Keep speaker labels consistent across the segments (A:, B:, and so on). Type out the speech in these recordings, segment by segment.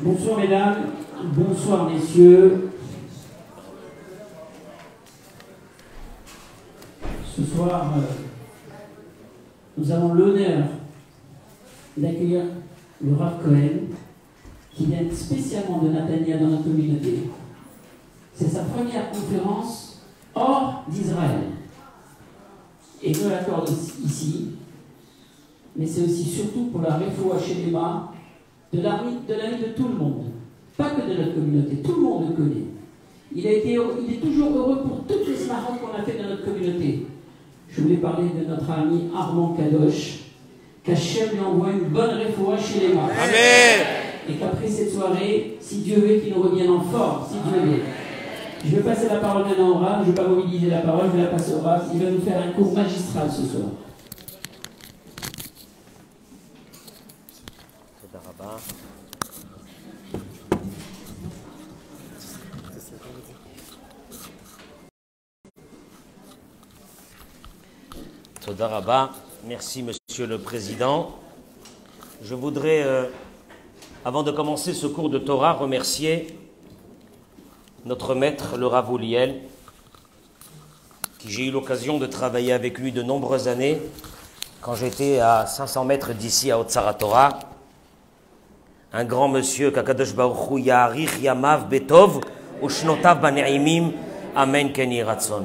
A: Bonsoir mesdames, bonsoir messieurs. Ce soir, nous avons l'honneur d'accueillir le Rav Cohen, qui vient spécialement de Natania dans notre communauté. C'est sa première conférence hors d'Israël. Et nous l'accorde ici, mais c'est aussi surtout pour la Refoua Shelema de l'ami de tout le monde, pas que de notre communauté, tout le monde le connaît. Il est toujours heureux pour toutes les smaragdes qu'on a fait dans notre communauté. Je voulais parler de notre ami Armand Kadosh, qu'Hachem lui envoie une bonne Refoua Shelema.
B: Amen.
A: Et qu'après cette soirée, si Dieu veut, qu'il nous revienne en forme, si Dieu veut. Je vais passer la parole maintenant au Rav, je ne vais pas mobiliser la parole, je vais la passer au Rav. Il va nous faire un cours magistral ce soir.
B: Toda Rabba. Merci Monsieur le Président. Je voudrais, avant de commencer ce cours de Torah, remercier notre maître, le Rav Uliel, qui j'ai eu l'occasion de travailler avec lui de nombreuses années, quand j'étais à 500 mètres d'ici à Otsara Torah. Un grand monsieur, qu'Akadosh Baruch Hu Ya'arich Yamav Betov Ushnotav Bane'imim, Amen Ken Yeh Ratzon.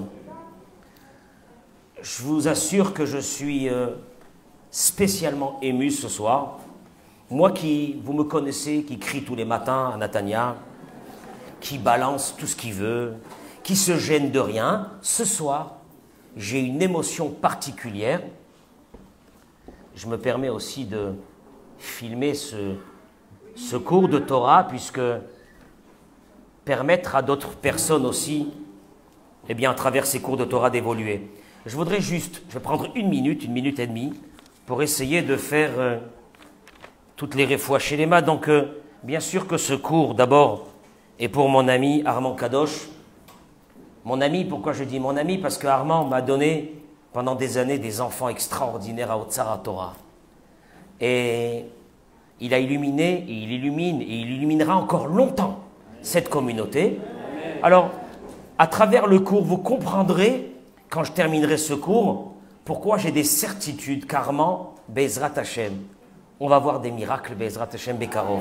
B: Je vous assure que je suis spécialement ému ce soir. Moi qui, vous me connaissez, qui crie tous les matins à Natania, qui balance tout ce qu'il veut, qui se gêne de rien, ce soir, j'ai une émotion particulière. Je me permets aussi de filmer ce cours de Torah, puisque permettre à d'autres personnes aussi, eh bien, à travers ces cours de Torah, d'évoluer. Je voudrais juste, je vais prendre une minute et demie, pour essayer de faire toutes les refouas shelema. Donc, bien sûr que ce cours, d'abord, est pour mon ami Armand Kadosh. Mon ami, pourquoi je dis mon ami? Parce que Armand m'a donné, pendant des années, des enfants extraordinaires à Otsara Torah. Et il a illuminé, et il illumine, et il illuminera encore longtemps cette communauté. Alors, à travers le cours, vous comprendrez, quand je terminerai ce cours, pourquoi j'ai des certitudes qu'Armand, Be'ezrat Hashem, on va voir des miracles, Be'ezrat Hashem Bekarov.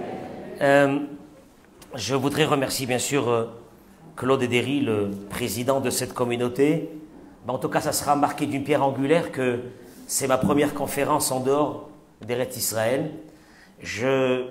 B: Je voudrais remercier bien sûr Claude Ederi, le président de cette communauté. En tout cas, ça sera marqué d'une pierre angulaire que c'est ma première conférence en dehors d'Eretz Israël. Je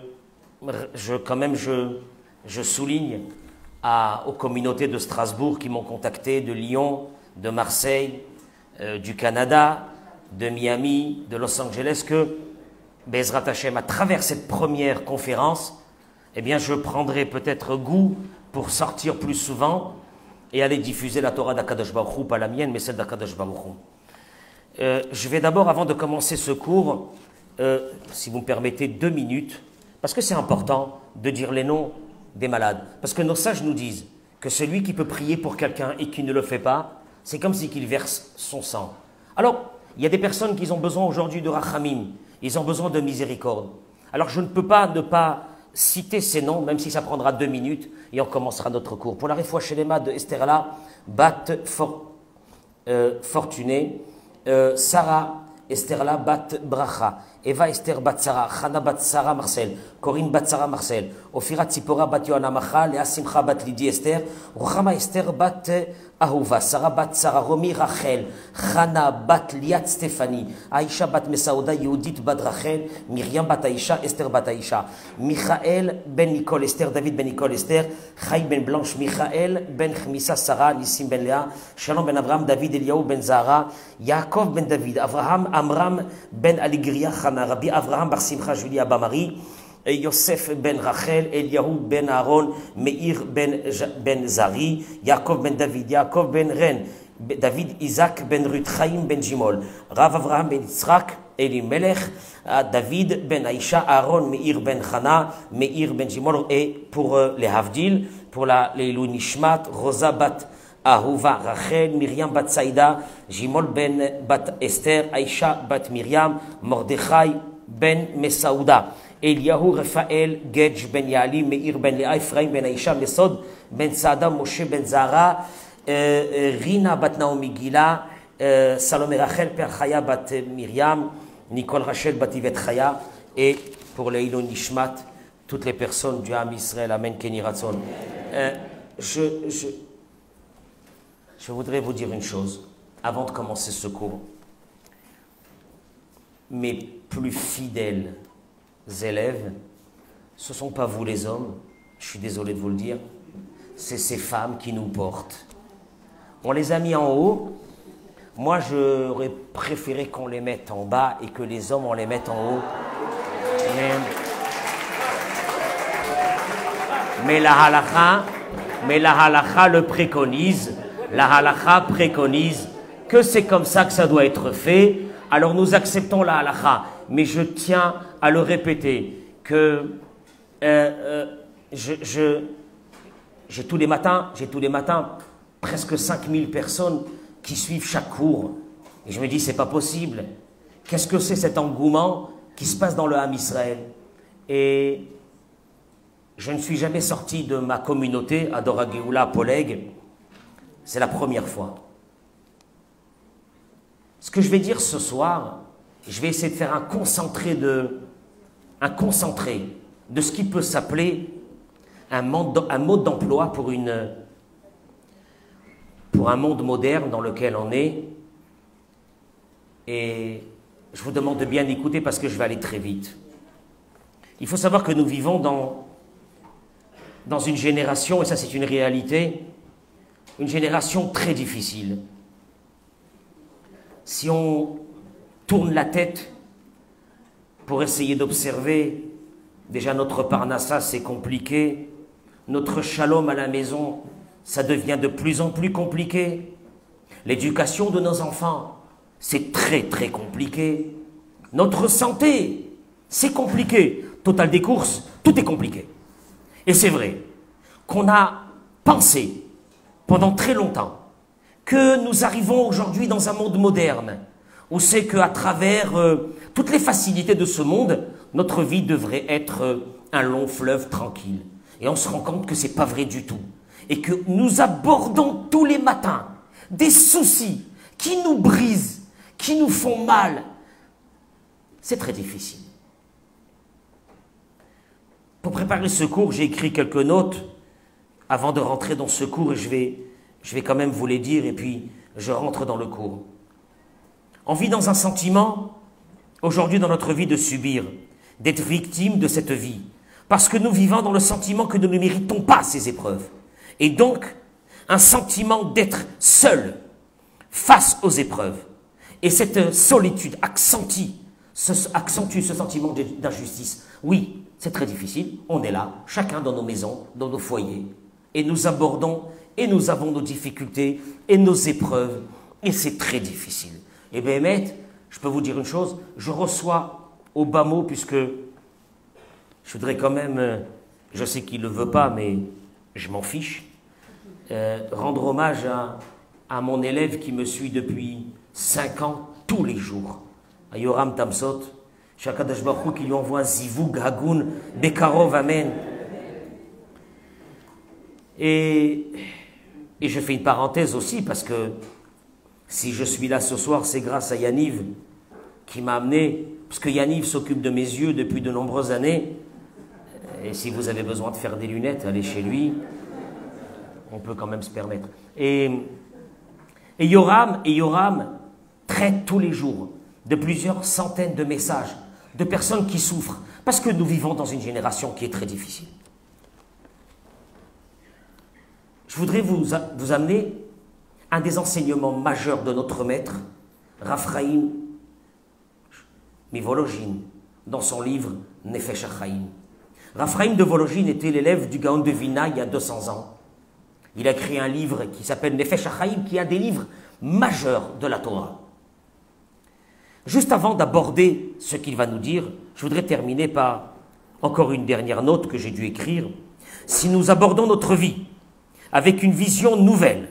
B: souligne aux communautés de Strasbourg qui m'ont contacté, de Lyon, de Marseille, du Canada, de Miami, de Los Angeles, que Be'ezrat Hashem, à travers cette première conférence, eh bien, je prendrai peut-être goût pour sortir plus souvent et aller diffuser la Torah d'Akadosh Baruch Hu, pas la mienne, mais celle d'Akadosh Baruch Hu. Je vais d'abord, avant de commencer ce cours, si vous me permettez 2 minutes, parce que c'est important de dire les noms des malades. Parce que nos sages nous disent que celui qui peut prier pour quelqu'un et qui ne le fait pas, c'est comme si qu'il verse son sang. Alors, il y a des personnes qui ont besoin aujourd'hui de rachamim, ils ont besoin de miséricorde. Alors, je ne peux pas ne pas citer ces noms, même si ça prendra 2 minutes, et on commencera notre cours. Pour la Refoua Shelema de Estherla, Bat Fortuné, Sarah Estherla Bat Bracha, Eva Esther Bat Sarah, Chana Bat Sarah Marcel, Corinne Bat Sarah Marcel, Ophira Tzipora Bat Yohana Macha, Léa Simcha Bat Lydie Esther, Ruchama Esther Bat Ahuva, Sarah Bat Sarah Romi Rachel, Chana Bat Liat Stéphanie, Aïcha Bat Mesaouda, Yehudit Bat Rachel, Myriam Bat Aïcha, Esther Bat Aïcha, Michael Ben Nicole Esther, David Ben Nicole Esther, Chaim Ben Blanche, Michael Ben Chmissa Sarah, Nissim Ben Léa, Shalom Ben Abraham, David Eliaou Ben Zahara, Yaakov Ben David, Avraham Amram Ben Aligria Chana, Rabbi Avraham Bar Simcha Julia Bamari, Yosef ben Rachel, Eliyahu ben Aaron, Meir ben Zari, Yaakov ben David, Yaakov ben Ren, David Isaac ben Ruth, Chaim ben Jimol, Rav Avraham ben Yitzhak, Eli Melech, David ben Aïcha, Aaron, Meir ben Chana, Meir ben Jimol, et pour les Havdil, pour les Ilou Nishmat, Rosa bat Ahuva Rachel, Myriam bat Saïda, Jimol ben bat Esther, Aïcha bat Myriam, Mordechai ben Mesaouda. Eliyahu, Raphaël, Gedj, Ben Yali, Meir, Ben Léa, Ephraim, Ben Aïcha, Mesod, Ben Saada, Moshe, Ben Zara, Rina, Bat Naomi Gila, Salomé Rachel, Père Chaya, Bat Myriam, Nicole Rachel, Bat Yvette Chaya, et pour les Ilon Nishmat, toutes les personnes du Ham Israël, Amen, Keni Ratzon. Je voudrais vous dire une chose, avant de commencer ce cours. Mes plus fidèles élèves, ce ne sont pas vous les hommes, je suis désolé de vous le dire, c'est ces femmes qui nous portent. On les a mis en haut, moi j'aurais préféré qu'on les mette en bas et que les hommes on les mette en haut. Mais la halakha le préconise, la halakha préconise que c'est comme ça que ça doit être fait. Alors nous acceptons la halakha, mais je tiens à le répéter que j'ai tous les matins presque 5000 personnes qui suivent chaque cours. Et je me dis, c'est pas possible. Qu'est-ce que c'est cet engouement qui se passe dans le Ham Israël? Et je ne suis jamais sorti de ma communauté, Adora Geoula, Poleg. C'est la première fois. Ce que je vais dire ce soir, je vais essayer de faire un concentré de ce qui peut s'appeler un mode d'emploi pour un monde moderne dans lequel on est. Et je vous demande de bien écouter parce que je vais aller très vite. Il faut savoir que nous vivons dans une génération, et ça c'est une réalité, une génération très difficile. Si on tourne la tête pour essayer d'observer, déjà notre parnassa c'est compliqué, notre shalom à la maison, ça devient de plus en plus compliqué. L'éducation de nos enfants, c'est très très compliqué. Notre santé, c'est compliqué. Total des courses, tout est compliqué. Et c'est vrai qu'on a pensé pendant très longtemps que nous arrivons aujourd'hui dans un monde moderne où c'est qu'à travers toutes les facilités de ce monde, notre vie devrait être un long fleuve tranquille. Et on se rend compte que ce n'est pas vrai du tout. Et que nous abordons tous les matins des soucis qui nous brisent, qui nous font mal. C'est très difficile. Pour préparer ce cours, j'ai écrit quelques notes avant de rentrer dans ce cours et je vais quand même vous les dire et puis je rentre dans le cours. On vit dans un sentiment, aujourd'hui dans notre vie, de subir, d'être victime de cette vie. Parce que nous vivons dans le sentiment que nous ne méritons pas ces épreuves. Et donc, un sentiment d'être seul face aux épreuves. Et cette solitude accentue ce sentiment d'injustice. Oui, c'est très difficile, on est là, chacun dans nos maisons, dans nos foyers. Et nous abordons, et nous avons nos difficultés, et nos épreuves. Et c'est très difficile. Et bien, je peux vous dire une chose, je reçois au bas mot, puisque je voudrais quand même, je sais qu'il ne le veut pas, mais je m'en fiche, rendre hommage à mon élève qui me suit depuis 5 ans, tous les jours, à Yoram Tamsot, Shakadosh Baruch Hu qui lui envoie Zivug, Hagoun, Bekarov, Amen. Et je fais une parenthèse aussi, parce que si je suis là ce soir, c'est grâce à Yaniv qui m'a amené, parce que Yaniv s'occupe de mes yeux depuis de nombreuses années. Et si vous avez besoin de faire des lunettes, allez chez lui. On peut quand même se permettre. Et Yoram traite tous les jours de plusieurs centaines de messages de personnes qui souffrent. Parce que nous vivons dans une génération qui est très difficile. Je voudrais vous amener un des enseignements majeurs de notre maître, Raphaïm Mivologine, dans son livre Nefesh HaChaim. Raphaïm de Vologine était l'élève du Gaon de Vilna il y a 200 ans. Il a écrit un livre qui s'appelle Nefesh HaChaim, qui est un des livres majeurs de la Torah. Juste avant d'aborder ce qu'il va nous dire, je voudrais terminer par encore une dernière note que j'ai dû écrire. Si nous abordons notre vie avec une vision nouvelle,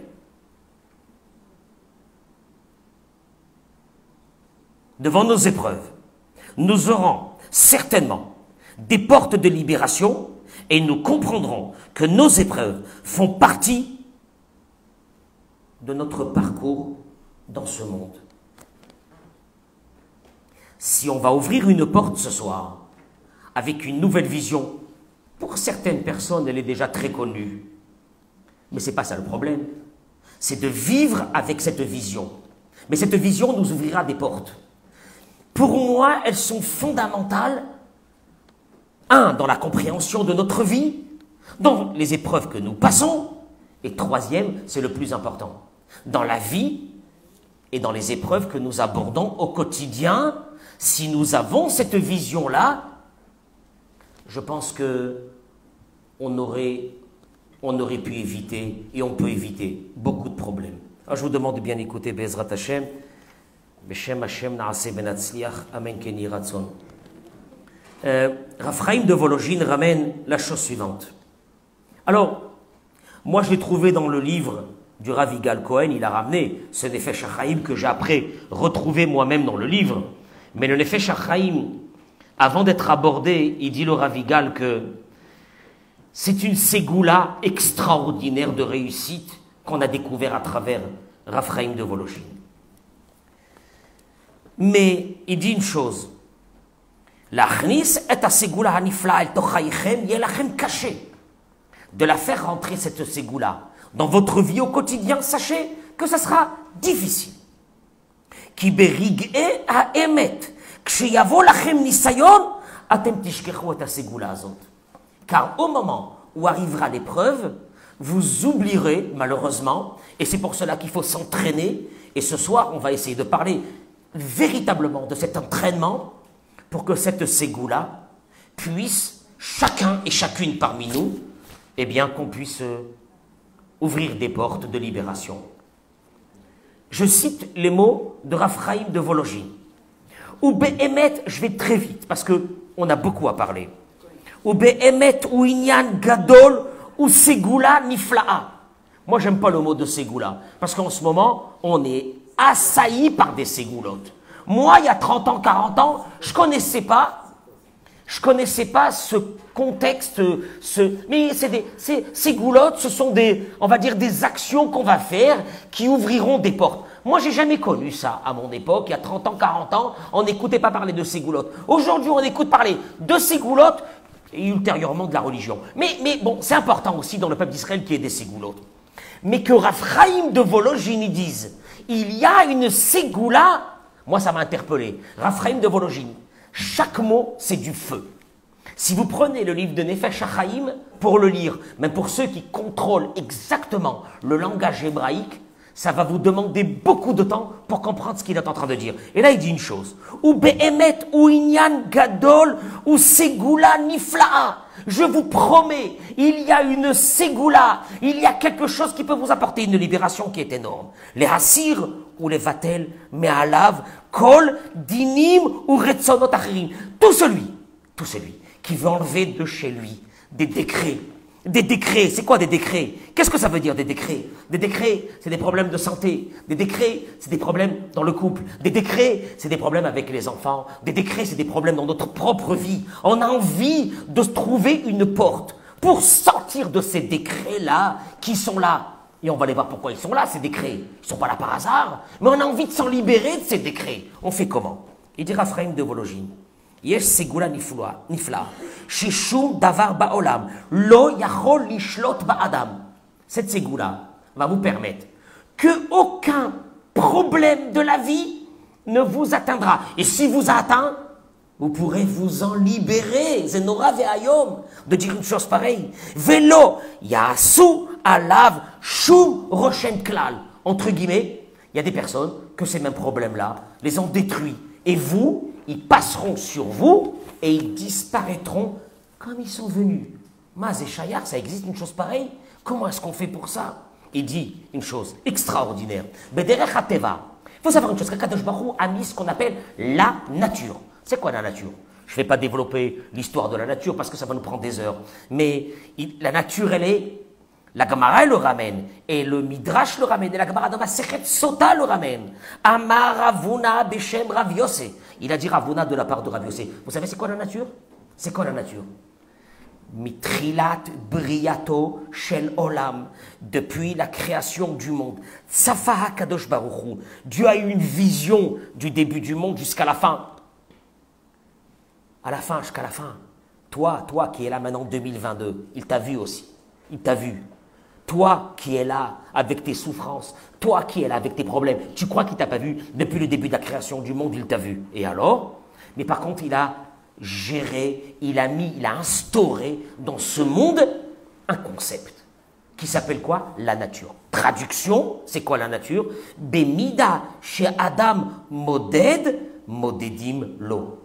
B: devant nos épreuves, nous aurons certainement des portes de libération et nous comprendrons que nos épreuves font partie de notre parcours dans ce monde. Si on va ouvrir une porte ce soir avec une nouvelle vision, pour certaines personnes, elle est déjà très connue. Mais ce n'est pas ça le problème. C'est de vivre avec cette vision. Mais cette vision nous ouvrira des portes. Pour moi, elles sont fondamentales. Un, dans la compréhension de notre vie, dans les épreuves que nous passons. Et troisième, c'est le plus important, dans la vie et dans les épreuves que nous abordons au quotidien. Si nous avons cette vision-là, je pense que on aurait pu éviter, et on peut éviter, beaucoup de problèmes. Alors, je vous demande de bien écouter Be'ezrat Hashem. Beshem Hashem na'aseh benatzliach. Amen keni ratzon. Rav Chaim de Volojine ramène la chose suivante. Alors, moi je l'ai trouvé dans le livre du Rav Yigal Cohen, il a ramené ce Nefesh HaChaim que j'ai après retrouvé moi-même dans le livre. Mais le Nefesh HaChaim, avant d'être abordé, il dit le Rav Yigal que c'est une ségoula extraordinaire de réussite qu'on a découvert à travers Rav Chaim de Volojine. Mais il dit une chose. L'achnis est à ségoula hanifla el tochaïchem yelachem caché. De la faire rentrer cette ségoula dans votre vie au quotidien, sachez que ça sera difficile. Ki berig'e ha'emet ksheyavo lachem nisayon atem tishkechu et ségoula azot. Car au moment où arrivera l'épreuve, vous oublierez malheureusement, et c'est pour cela qu'il faut s'entraîner, et ce soir on va essayer de parler véritablement de cet entraînement pour que cette ségoula puisse, chacun et chacune parmi nous, eh bien qu'on puisse ouvrir des portes de libération. Je cite les mots de Rav Chaim de Volojine. Ou be'emet, je vais très vite parce qu'on a beaucoup à parler. Ou be'emet ou inyan gadol ou ségoula nifla'a. Moi j'aime pas le mot de ségoula parce qu'en ce moment on est assailli par des ségoulottes. Moi, il y a 30 ans, 40 ans, je connaissais pas ce contexte, mais ces ségoulottes, ce sont on va dire, des actions qu'on va faire qui ouvriront des portes. Moi, j'ai jamais connu ça à mon époque, il y a 30 ans, 40 ans, on n'écoutait pas parler de ségoulottes. Aujourd'hui, on écoute parler de ségoulottes et ultérieurement de la religion. Mais bon, c'est important aussi dans le peuple d'Israël qu'il y ait des ségoulottes. Mais que Rav Chaim de Volojine dise, il y a une ségoula. Moi, ça m'a interpellé. Rav Chaim de Volojine, chaque mot, c'est du feu. Si vous prenez le livre de Nefesh HaChaim pour le lire, même pour ceux qui contrôlent exactement le langage hébraïque, ça va vous demander beaucoup de temps pour comprendre ce qu'il est en train de dire. Et là, il dit une chose. Ou be'emet, ou inyan gadol, ou ségoula nifla'a. Je vous promets, il y a une ségoula, il y a quelque chose qui peut vous apporter une libération qui est énorme. Les hassir ou les vatel, mais alav, kol, dinim ou retzonot achirim. Tout celui qui veut enlever de chez lui des décrets. Des décrets, c'est quoi des décrets? Qu'est-ce que ça veut dire des décrets? Des décrets, c'est des problèmes de santé. Des décrets, c'est des problèmes dans le couple. Des décrets, c'est des problèmes avec les enfants. Des décrets, c'est des problèmes dans notre propre vie. On a envie de trouver une porte pour sortir de ces décrets-là qui sont là. Et on va aller voir pourquoi ils sont là, ces décrets. Ils ne sont pas là par hasard. Mais on a envie de s'en libérer de ces décrets. On fait comment? Il dit Rav Chaim de Volojine. Yesh segula nifla. Shishum davar ba'olam. Lo yachol lishlot ba'adam. Cette ségoula va vous permettre que aucun problème de la vie ne vous atteindra. Et si vous atteint, vous pourrez vous en libérer. Zenora ve'ayom. De dire une chose pareille. Velo yasu alav shum roshen klal. Entre guillemets, il y a des personnes que ces mêmes problèmes-là les ont détruits. Et vous, ils passeront sur vous et ils disparaîtront comme ils sont venus. Maz et Chayar, ça existe une chose pareille? Comment est-ce qu'on fait pour ça? Il dit une chose extraordinaire. Bederech HaTeva. Il faut savoir une chose, qu'Akadosh Baruch Hu a mis ce qu'on appelle la nature. C'est quoi la nature? Je ne vais pas développer l'histoire de la nature parce que ça va nous prendre des heures. Mais la nature, elle est... La Gemara le ramène, et le Midrash le ramène, et la Gemara dans la Sechet Sota le ramène. Amar Ravuna Beshem Rav Yosef. Il a dit Ravuna de la part de Rav Yosef. Vous savez c'est quoi la nature? C'est quoi la nature? Mitrilat briato shel olam, depuis la création du monde. Tsafaha kadosh baruchu. Dieu a eu une vision du début du monde jusqu'à la fin. À la fin, jusqu'à la fin. Toi qui es là maintenant en 2022, il t'a vu aussi. Il t'a vu. Toi qui es là avec tes souffrances, toi qui es là avec tes problèmes, tu crois qu'il t'a pas vu? Depuis le début de la création du monde, il t'a vu. Et alors? Mais par contre, il a géré, il a instauré dans ce monde un concept qui s'appelle quoi? La nature. Traduction, c'est quoi la nature? Bemida chez Adam moded, modedim lo.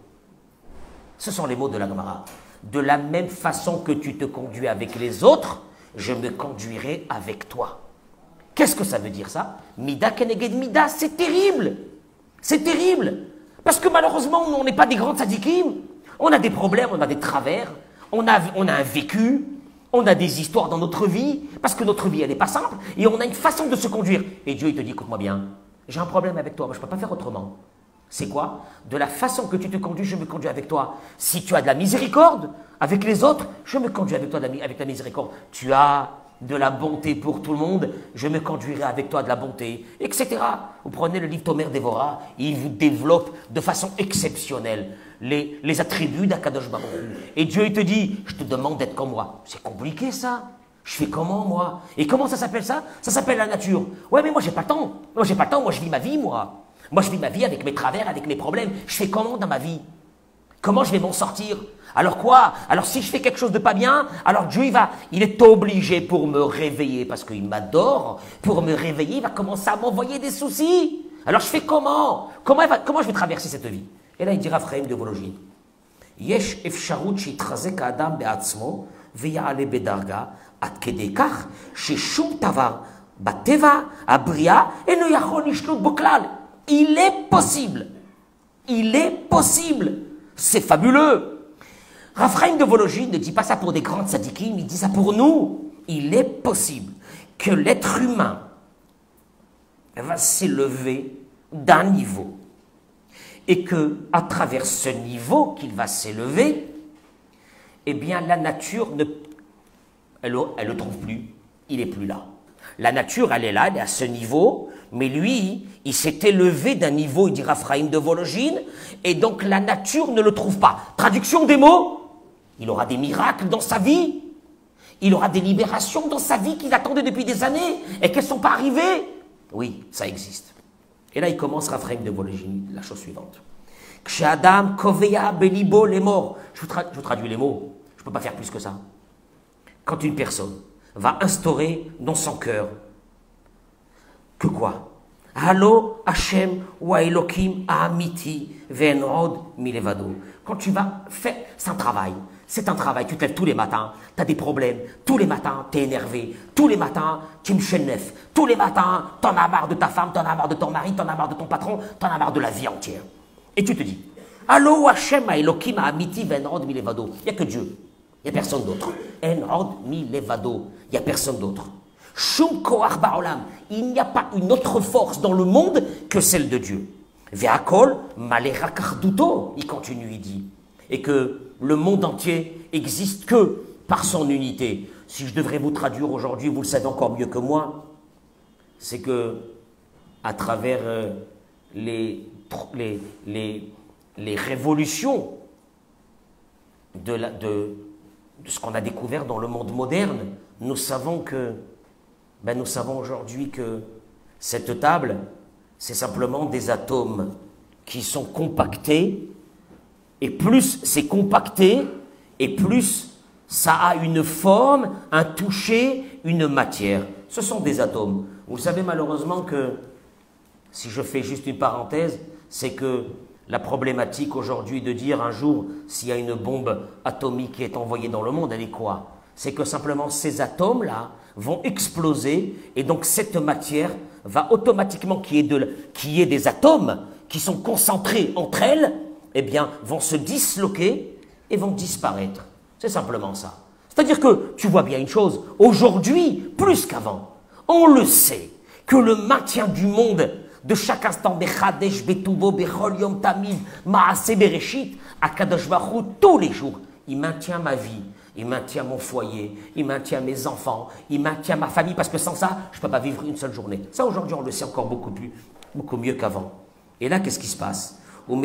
B: Ce sont les mots de la Gemara. De la même façon que tu te conduis avec les autres, je me conduirai avec toi. Qu'est-ce que ça veut dire ça? Mida keneged mida, c'est terrible. C'est terrible. Parce que malheureusement, on n'est pas des grands tzadikim. On a des problèmes, on a des travers, on a un vécu, on a des histoires dans notre vie, parce que notre vie, elle n'est pas simple, et on a une façon de se conduire. Et Dieu, il te dit, écoute-moi bien, j'ai un problème avec toi, moi, je ne peux pas faire autrement. C'est quoi? De la façon que tu te conduis, je me conduis avec toi. Si tu as de la miséricorde avec les autres, je me conduis avec toi avec la miséricorde. Tu as de la bonté pour tout le monde, je me conduirai avec toi de la bonté, etc. Vous prenez le livre Tomer Dévora, il vous développe de façon exceptionnelle les attributs d'Akadosh Baruch Hu. Et Dieu, il te dit, je te demande d'être comme moi. C'est compliqué ça. Je fais comment, moi? Et comment ça s'appelle ça? Ça s'appelle la nature. Ouais, mais moi, j'ai pas le temps. Moi, j'ai pas le temps. Moi, je vis ma vie, moi. Moi, je vis ma vie avec mes travers, avec mes problèmes. Je fais comment dans ma vie? Comment je vais m'en sortir? Alors quoi? Alors si je fais quelque chose de pas bien, alors Dieu, il est obligé pour me réveiller, parce qu'il m'adore, pour me réveiller, il va commencer à m'envoyer des soucis. Alors je fais comment? Comment je vais traverser cette vie? Et là, il dira Ephraim de Vologine. Yesh efsharut shitchazek adam be'atzmo ve'ya'ale bedarga ad kedei kach sheshum tavar bateva abria eno yachol lishlut bo klal. Il est possible. Il est possible. C'est fabuleux. Raphaël de Vologine ne dit pas ça pour des grands tzadikim, il dit ça pour nous. Il est possible que l'être humain va s'élever d'un niveau et que, à travers ce niveau qu'il va s'élever, eh bien la nature elle le trouve plus, il n'est plus là. La nature, elle est là, elle est à ce niveau, mais lui, il s'est élevé d'un niveau, il dit Raphaël de Vologine, et donc la nature ne le trouve pas. Traduction des mots, il aura des miracles dans sa vie, il aura des libérations dans sa vie qu'il attendait depuis des années, et qu'elles ne sont pas arrivées. Oui, ça existe. Et là, il commence Raphaël de Vologine, la chose suivante. Kshadam koveya belibo les morts. Je vous traduis les mots, je ne peux pas faire plus que ça. Quand une personne va instaurer dans son cœur que quoi? Hallo Hashem wa Elokim Amiti venrod milevado. Quand tu vas faire, c'est un travail, tu te lèves tous les matins, tu as des problèmes, tous les matins tu es énervé, tous les matins tu me chenef, tous les matins tu en as marre de ta femme, tu en as marre de ton mari, tu en as marre de ton patron, tu en as marre de la vie entière. Et tu te dis, Hallo Hashem wa Elokim Amiti venrod milevado. Il n'y a que Dieu. Il n'y a personne d'autre. En mi levado. Il n'y a personne d'autre. Shum koach ba'olam. Il n'y a pas une autre force dans le monde que celle de Dieu. Ve'akol malera karduto. Il continue, il dit. Et que le monde entier existe que par son unité. Si je devrais vous traduire aujourd'hui, vous le savez encore mieux que moi, c'est que à travers les révolutions de ce qu'on a découvert dans le monde moderne, nous savons aujourd'hui que cette table, c'est simplement des atomes qui sont compactés, et plus c'est compacté, et plus ça a une forme, un toucher, une matière. Ce sont des atomes. Vous savez malheureusement que, si je fais juste une parenthèse, c'est que la problématique aujourd'hui de dire un jour s'il y a une bombe atomique qui est envoyée dans le monde, elle est quoi? C'est que simplement ces atomes-là vont exploser et donc cette matière va automatiquement, qui est des atomes qui sont concentrés entre elles, eh bien vont se disloquer et vont disparaître. C'est simplement ça. C'est-à-dire que tu vois bien une chose, aujourd'hui, plus qu'avant, on le sait, que le maintien du monde de chaque instant, Bechadesh, Betuvo, Bechol, Yom Tamid, Maaseh, Bereshit, Akadosh Baruch Hu, tous les jours, il maintient ma vie, il maintient mon foyer, il maintient mes enfants, il maintient ma famille, parce que sans ça, je ne peux pas vivre une seule journée. Ça, aujourd'hui, on le sait encore beaucoup mieux qu'avant. Et là, qu'est-ce qui se passe?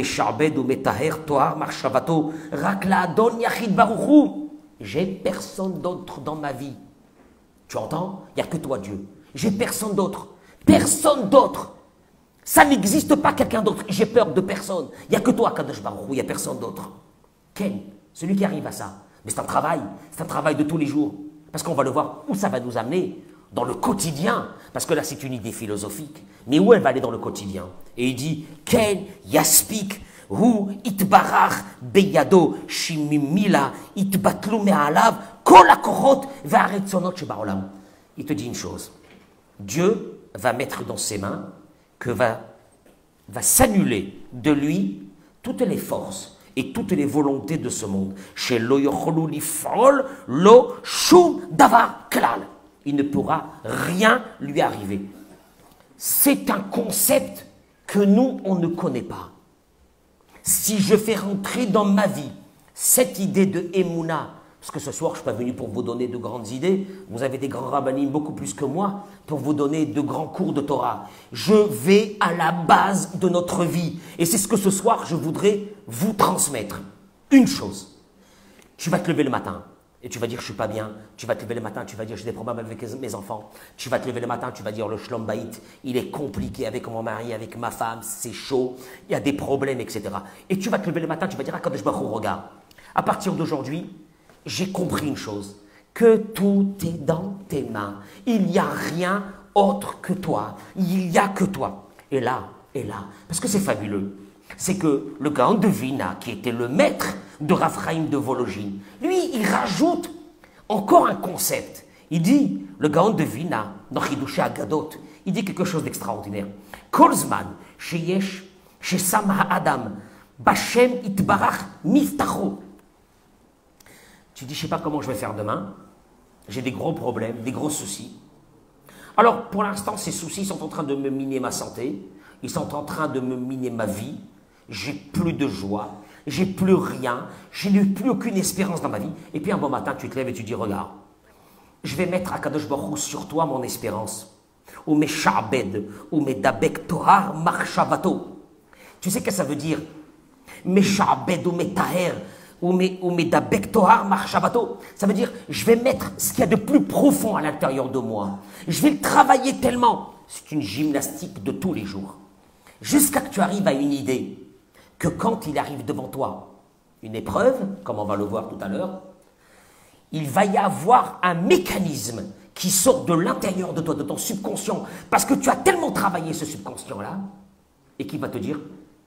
B: J'ai personne d'autre dans ma vie. Tu entends? Il n'y a que toi, Dieu. J'ai personne d'autre. Personne d'autre. Ça n'existe pas quelqu'un d'autre. J'ai peur de personne. Il n'y a que toi, Kadosh Baruch Hu. Il n'y a personne d'autre. Ken, celui qui arrive à ça. Mais c'est un travail. C'est un travail de tous les jours. Parce qu'on va le voir où ça va nous amener. Dans le quotidien. Parce que là, c'est une idée philosophique. Mais où elle va aller dans le quotidien? Et il dit, Ken Yaspik. Hu itbarach beyado shimimila itbatlu me'alav kol hakochot ve'aretzonot shebaolam. Il te dit une chose. Dieu va mettre dans ses mains que va s'annuler de lui toutes les forces et toutes les volontés de ce monde. Chez lo yocholu lif'ol lo shum davar klal. Il ne pourra rien lui arriver. C'est un concept que nous, on ne connaît pas. Si je fais rentrer dans ma vie cette idée de Emouna, parce que ce soir, je ne suis pas venu pour vous donner de grandes idées, vous avez des grands rabbinim beaucoup plus que moi, pour vous donner de grands cours de Torah. Je vais à la base de notre vie. Et c'est ce que ce soir, je voudrais vous transmettre. Une chose, tu vas te lever le matin. Et tu vas dire, je ne suis pas bien. Tu vas te lever le matin, tu vas dire, j'ai des problèmes avec mes enfants. Tu vas te lever le matin, tu vas dire, le shlom bayit, il est compliqué avec mon mari, avec ma femme, c'est chaud, il y a des problèmes, etc. Et tu vas te lever le matin, tu vas dire, Akadosh Baruch Hu, regarde, à partir d'aujourd'hui, j'ai compris une chose, que tout est dans tes mains. Il n'y a rien autre que toi. Il n'y a que toi. Et là, parce que c'est fabuleux. C'est que le Gaon de Vilna, qui était le maître de Rav Chaim de Vologine, lui, il rajoute encore un concept. Il dit, le Gaon de Vilna, dans Chidushei Agadot, il dit quelque chose d'extraordinaire. Kol zman sheyesh shesam ha'adam bashem itbarach miftacho. Tu dis, je ne sais pas comment je vais faire demain. J'ai des gros problèmes, des gros soucis. Alors, pour l'instant, ces soucis sont en train de me miner ma santé. Ils sont en train de me miner ma vie. J'ai plus de joie, j'ai plus rien, je n'ai plus aucune espérance dans ma vie. Et puis un bon matin, tu te lèves et tu dis, regarde, je vais mettre à Kadosh Baruch Hu sur toi mon espérance. Ou mes sha'abed, ou mes dabek tohar marshavato. Tu sais ce que ça veut dire? Mes sha'abed, ou mes taher, ou mes dabek tohar marshavato. Ça veut dire, je vais mettre ce qu'il y a de plus profond à l'intérieur de moi. Je vais le travailler tellement. C'est une gymnastique de tous les jours. Jusqu'à que tu arrives à une idée que quand il arrive devant toi une épreuve, comme on va le voir tout à l'heure, il va y avoir un mécanisme qui sort de l'intérieur de toi, de ton subconscient, parce que tu as tellement travaillé ce subconscient-là, et qui va te dire,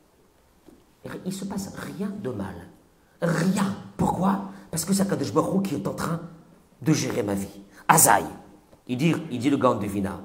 B: il ne se passe rien de mal. Rien. Pourquoi? Parce que c'est Kadosh Baruch Hu qui est en train de gérer ma vie. Azaï, il dit le Gaon de Vilna,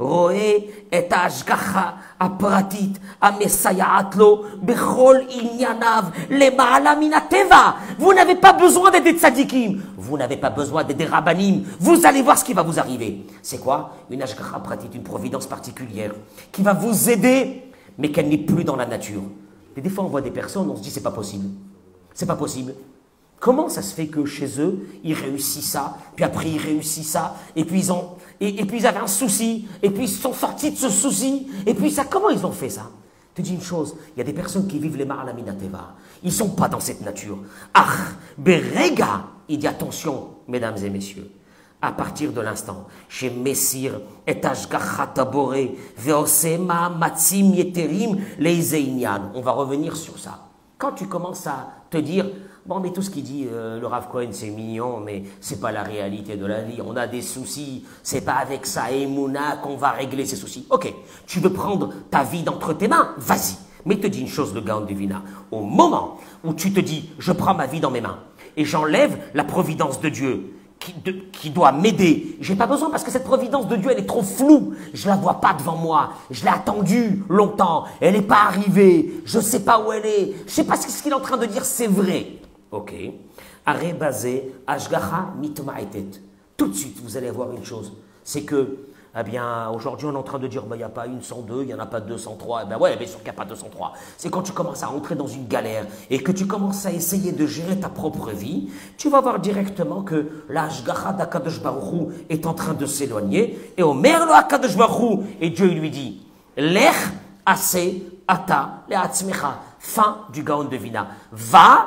B: Roé et Ashgacha apratit amesayat lo bechol inyanav lema'ala min hateva. Vous n'avez pas besoin d'être des tzadikim, vous n'avez pas besoin d'être des rabbanim. Vous allez voir ce qui va vous arriver. C'est quoi? Une Ashgacha apratit, une providence particulière qui va vous aider, mais qu'elle n'est plus dans la nature. Et des fois, on voit des personnes, on se dit c'est pas possible. C'est pas possible. Comment ça se fait que chez eux, ils réussissent ça, puis après ils réussissent ça, et puis ils avaient un souci, et puis ils sont sortis de ce souci, et puis ça, comment ils ont fait ça? Je te dis une chose, il y a des personnes qui vivent les ma'ala min hateva. Ils ne sont pas dans cette nature. Ah, berega, il dit attention, mesdames et messieurs, à partir de l'instant, chez Messir et Ashgacha Taboré, Veosema Matsim Yeterim Leizeinian. On va revenir sur ça. Quand tu commences à te dire, bon, mais tout ce qu'il dit, le Rav Cohen, c'est mignon, mais c'est pas la réalité de la vie. On a des soucis, c'est pas avec ça, Emouna, qu'on va régler ces soucis. Ok, tu veux prendre ta vie d'entre tes mains, vas-y. Mais te dis une chose, le Gaon de Vilna, au moment où tu te dis, je prends ma vie dans mes mains, et j'enlève la providence de Dieu, qui doit m'aider. J'ai pas besoin parce que cette providence de Dieu, elle est trop floue. Je la vois pas devant moi. Je l'ai attendue longtemps. Elle n'est pas arrivée. Je sais pas où elle est. Je sais pas ce qu'il est en train de dire, c'est vrai. Ok. Aré basé, ashgacha mitma'etet. Tout de suite, vous allez voir une chose. C'est que Eh bien, aujourd'hui, on est en train de dire, il n'y a pas une sans deux, il n'y en a pas deux sans trois. Eh bien, ouais, bien sûr qu'il n'y a pas deux sans trois. C'est quand tu commences à rentrer dans une galère et que tu commences à essayer de gérer ta propre vie, tu vas voir directement que la Hashgacha d'Akadosh Baruch Hu est en train de s'éloigner. Et Omer lo Akadosh Baruch Hu, et Dieu lui dit, Lech ase ata le'atzmecha. Fin du Gaon de Vina. Va,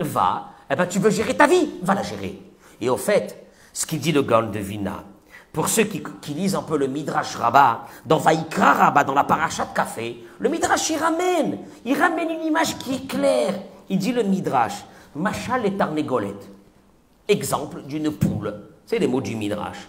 B: eh bien, tu veux gérer ta vie, va la gérer. Et au fait, ce qu'il dit le Gaon de Vina, pour ceux qui lisent un peu le Midrash Rabbah, dans Vaïkra Rabbah, dans la Parashat Café, le Midrash il ramène une image qui est claire. Il dit le Midrash, Machal et Tarnegolet, exemple d'une poule, c'est les mots du Midrash.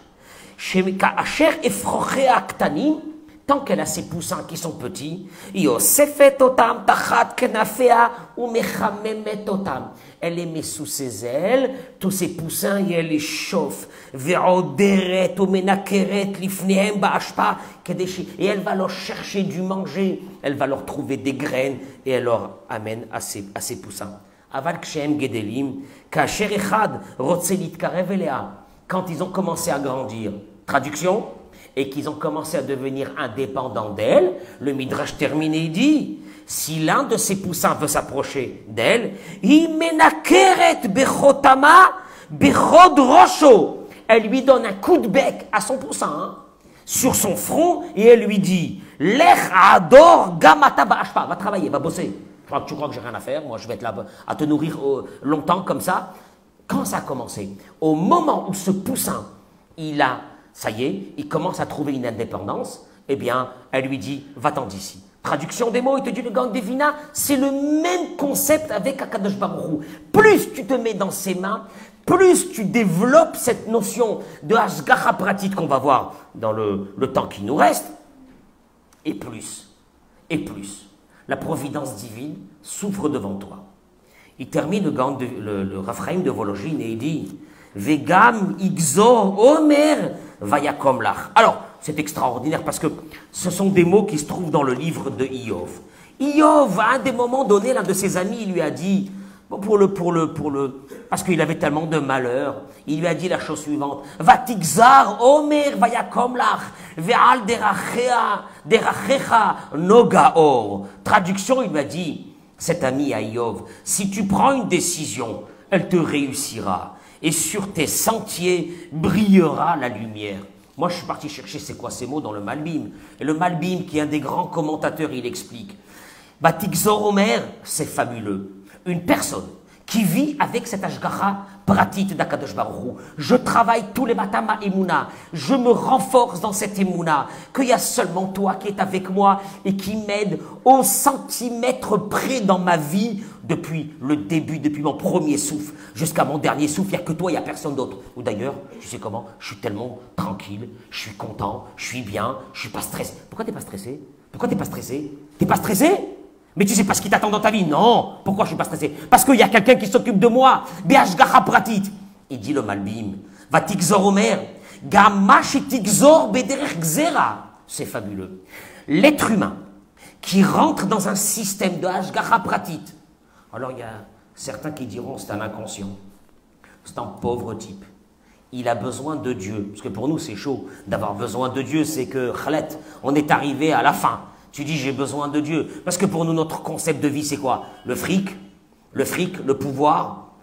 B: Asher efroche aktanim, tant qu'elle a ses poussins qui sont petits, Yosefet otam tachat kenafea ou mechamemet otam. Elle les met sous ses ailes, tous ses poussins, et elle les chauffe. Ve'oderet ou menakeret lifnehem ba'ashpa, et elle va leur chercher du manger, elle va leur trouver des graines, et elle leur amène à ses poussins. Aval kshem gedelim, kasher echad rotze litkarev elea. Quand ils ont commencé à grandir, traduction, et qu'ils ont commencé à devenir indépendants d'elle, le Midrash termine et dit, si l'un de ses poussins veut s'approcher d'elle, imenakeret bechotama bechod rosho. Elle lui donne un coup de bec à son poussin, sur son front, et elle lui dit, lech ador gamata ba'ashpa, va travailler, va bosser. Tu crois que j'ai rien à faire, moi je vais être là à te nourrir longtemps comme ça. Quand ça a commencé? Au moment où ce poussin, ça y est, il commence à trouver une indépendance, eh bien, elle lui dit, va-t'en d'ici. Traduction des mots, il te dit le Gaon de Vina, c'est le même concept avec Akadosh Baruch Hu. Plus tu te mets dans ses mains, plus tu développes cette notion de Hashgacha pratique qu'on va voir dans le temps qui nous reste, et plus, la providence divine s'ouvre devant toi. Il termine le Raphaïm de Vologine et il dit, Vegam Igzor Omer Vayakom Lach. Alors, c'est extraordinaire parce que ce sont des mots qui se trouvent dans le livre de Iov. Iov, à un des moments donné, l'un de ses amis, il lui a dit, parce qu'il avait tellement de malheur, il lui a dit la chose suivante, Vatigzar Omer Vayakom Lach, Ve'al derachecha Nogaor. Traduction, il lui a dit, cet ami à Iov, si tu prends une décision, elle te réussira. Et sur tes sentiers brillera la lumière. Moi, je suis parti chercher c'est quoi ces mots dans le Malbim. Et le Malbim, qui est un des grands commentateurs, il explique. Batikzor Omer, c'est fabuleux. Une personne qui vit avec cette Hashgacha pratique d'Akadosh Baruch Hu. Je travaille tous les matins ma Emouna. Je me renforce dans cette Emouna. Qu'il y a seulement toi qui es avec moi et qui m'aide au centimètre près dans ma vie depuis le début, depuis mon premier souffle jusqu'à mon dernier souffle. Il n'y a que toi, il n'y a personne d'autre. Ou d'ailleurs, tu sais comment, je suis tellement tranquille, je suis content, je suis bien, je ne suis pas stressé. Pourquoi tu n'es pas stressé? Pourquoi tu n'es pas stressé? Tu n'es pas stressé? Mais tu sais pas ce qui t'attend dans ta vie? Non. Pourquoi je suis pas stressé? Parce qu'il y a quelqu'un qui s'occupe de moi. Be'ashgacha pratit. Il dit le Malbim. Vatikzor Omer. Gamash tikzor bederech gzera. C'est fabuleux. L'être humain qui rentre dans un système de Hashgacha pratit. Alors il y a certains qui diront c'est un inconscient. C'est un pauvre type. Il a besoin de Dieu. Parce que pour nous c'est chaud d'avoir besoin de Dieu. C'est que, khalet, on est arrivé à la fin. Tu dis j'ai besoin de Dieu. Parce que pour nous, notre concept de vie, c'est quoi? Le fric, le pouvoir,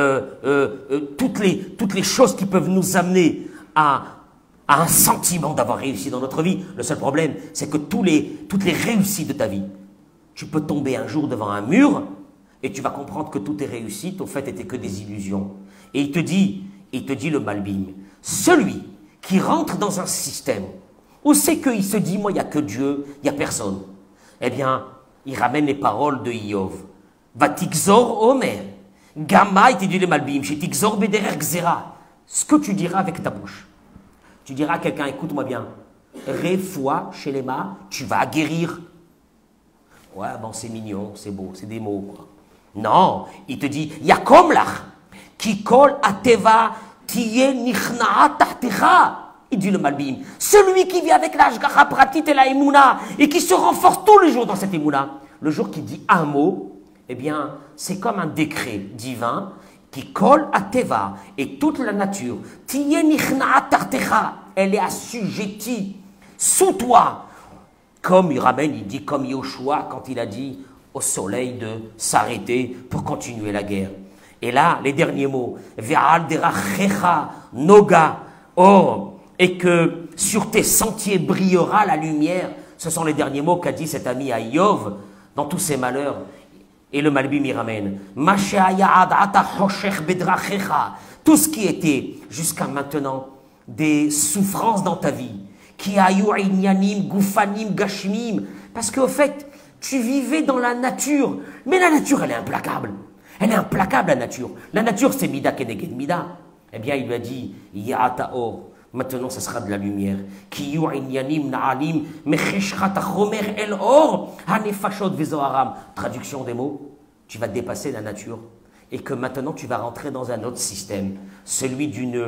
B: toutes les choses qui peuvent nous amener à un sentiment d'avoir réussi dans notre vie. Le seul problème, c'est que toutes les réussites de ta vie, tu peux tomber un jour devant un mur et tu vas comprendre que toutes tes réussites, au fait, étaient que des illusions. Et il te dit le Malbim, celui qui rentre dans un système où c'est qu'il se dit, moi, il n'y a que Dieu, il n'y a personne. Eh bien, il ramène les paroles de Iov. Vatikzor Omer. Gamma, il te dit le Malbim, chez Tikzor Bederer Gzera. Ce que tu diras avec ta bouche. Tu diras à quelqu'un, écoute-moi bien, Refoua, chez les mains, tu vas guérir. Ouais, bon, c'est mignon, c'est beau, c'est des mots, quoi. Non, il te dit, Yakom lach, ki kol ateva, tiye nichna'a tahtecha. Il dit le Malbim, celui qui vit avec la Hashgacha pratit et la Emouna et qui se renforce tous les jours dans cette Emouna, le jour qu'il dit un mot, eh bien, c'est comme un décret divin qui colle à Teva et toute la nature. Elle est assujettie sous toi. Comme il ramène, il dit comme Yoshua quand il a dit au soleil de s'arrêter pour continuer la guerre. Et là, les derniers mots, Ve'al derachecha noga or, et que sur tes sentiers brillera la lumière. Ce sont les derniers mots qu'a dit cet ami à Iov dans tous ses malheurs. Et le Malbim y ramène. Tout ce qui était jusqu'à maintenant des souffrances dans ta vie, qui ayu inyanim gufanim gashmim, parce qu'au fait, tu vivais dans la nature, mais la nature, elle est implacable. Elle est implacable, la nature. La nature, c'est mida keneged mida. Eh bien, il lui a dit, ya'ata'or. Maintenant, ça sera de la lumière. Ki yu inyanim na'alim mecheshcha tachomer el or hanefashot vezoharam. Traduction des mots, tu vas dépasser la nature. Et que maintenant, tu vas rentrer dans un autre système. Celui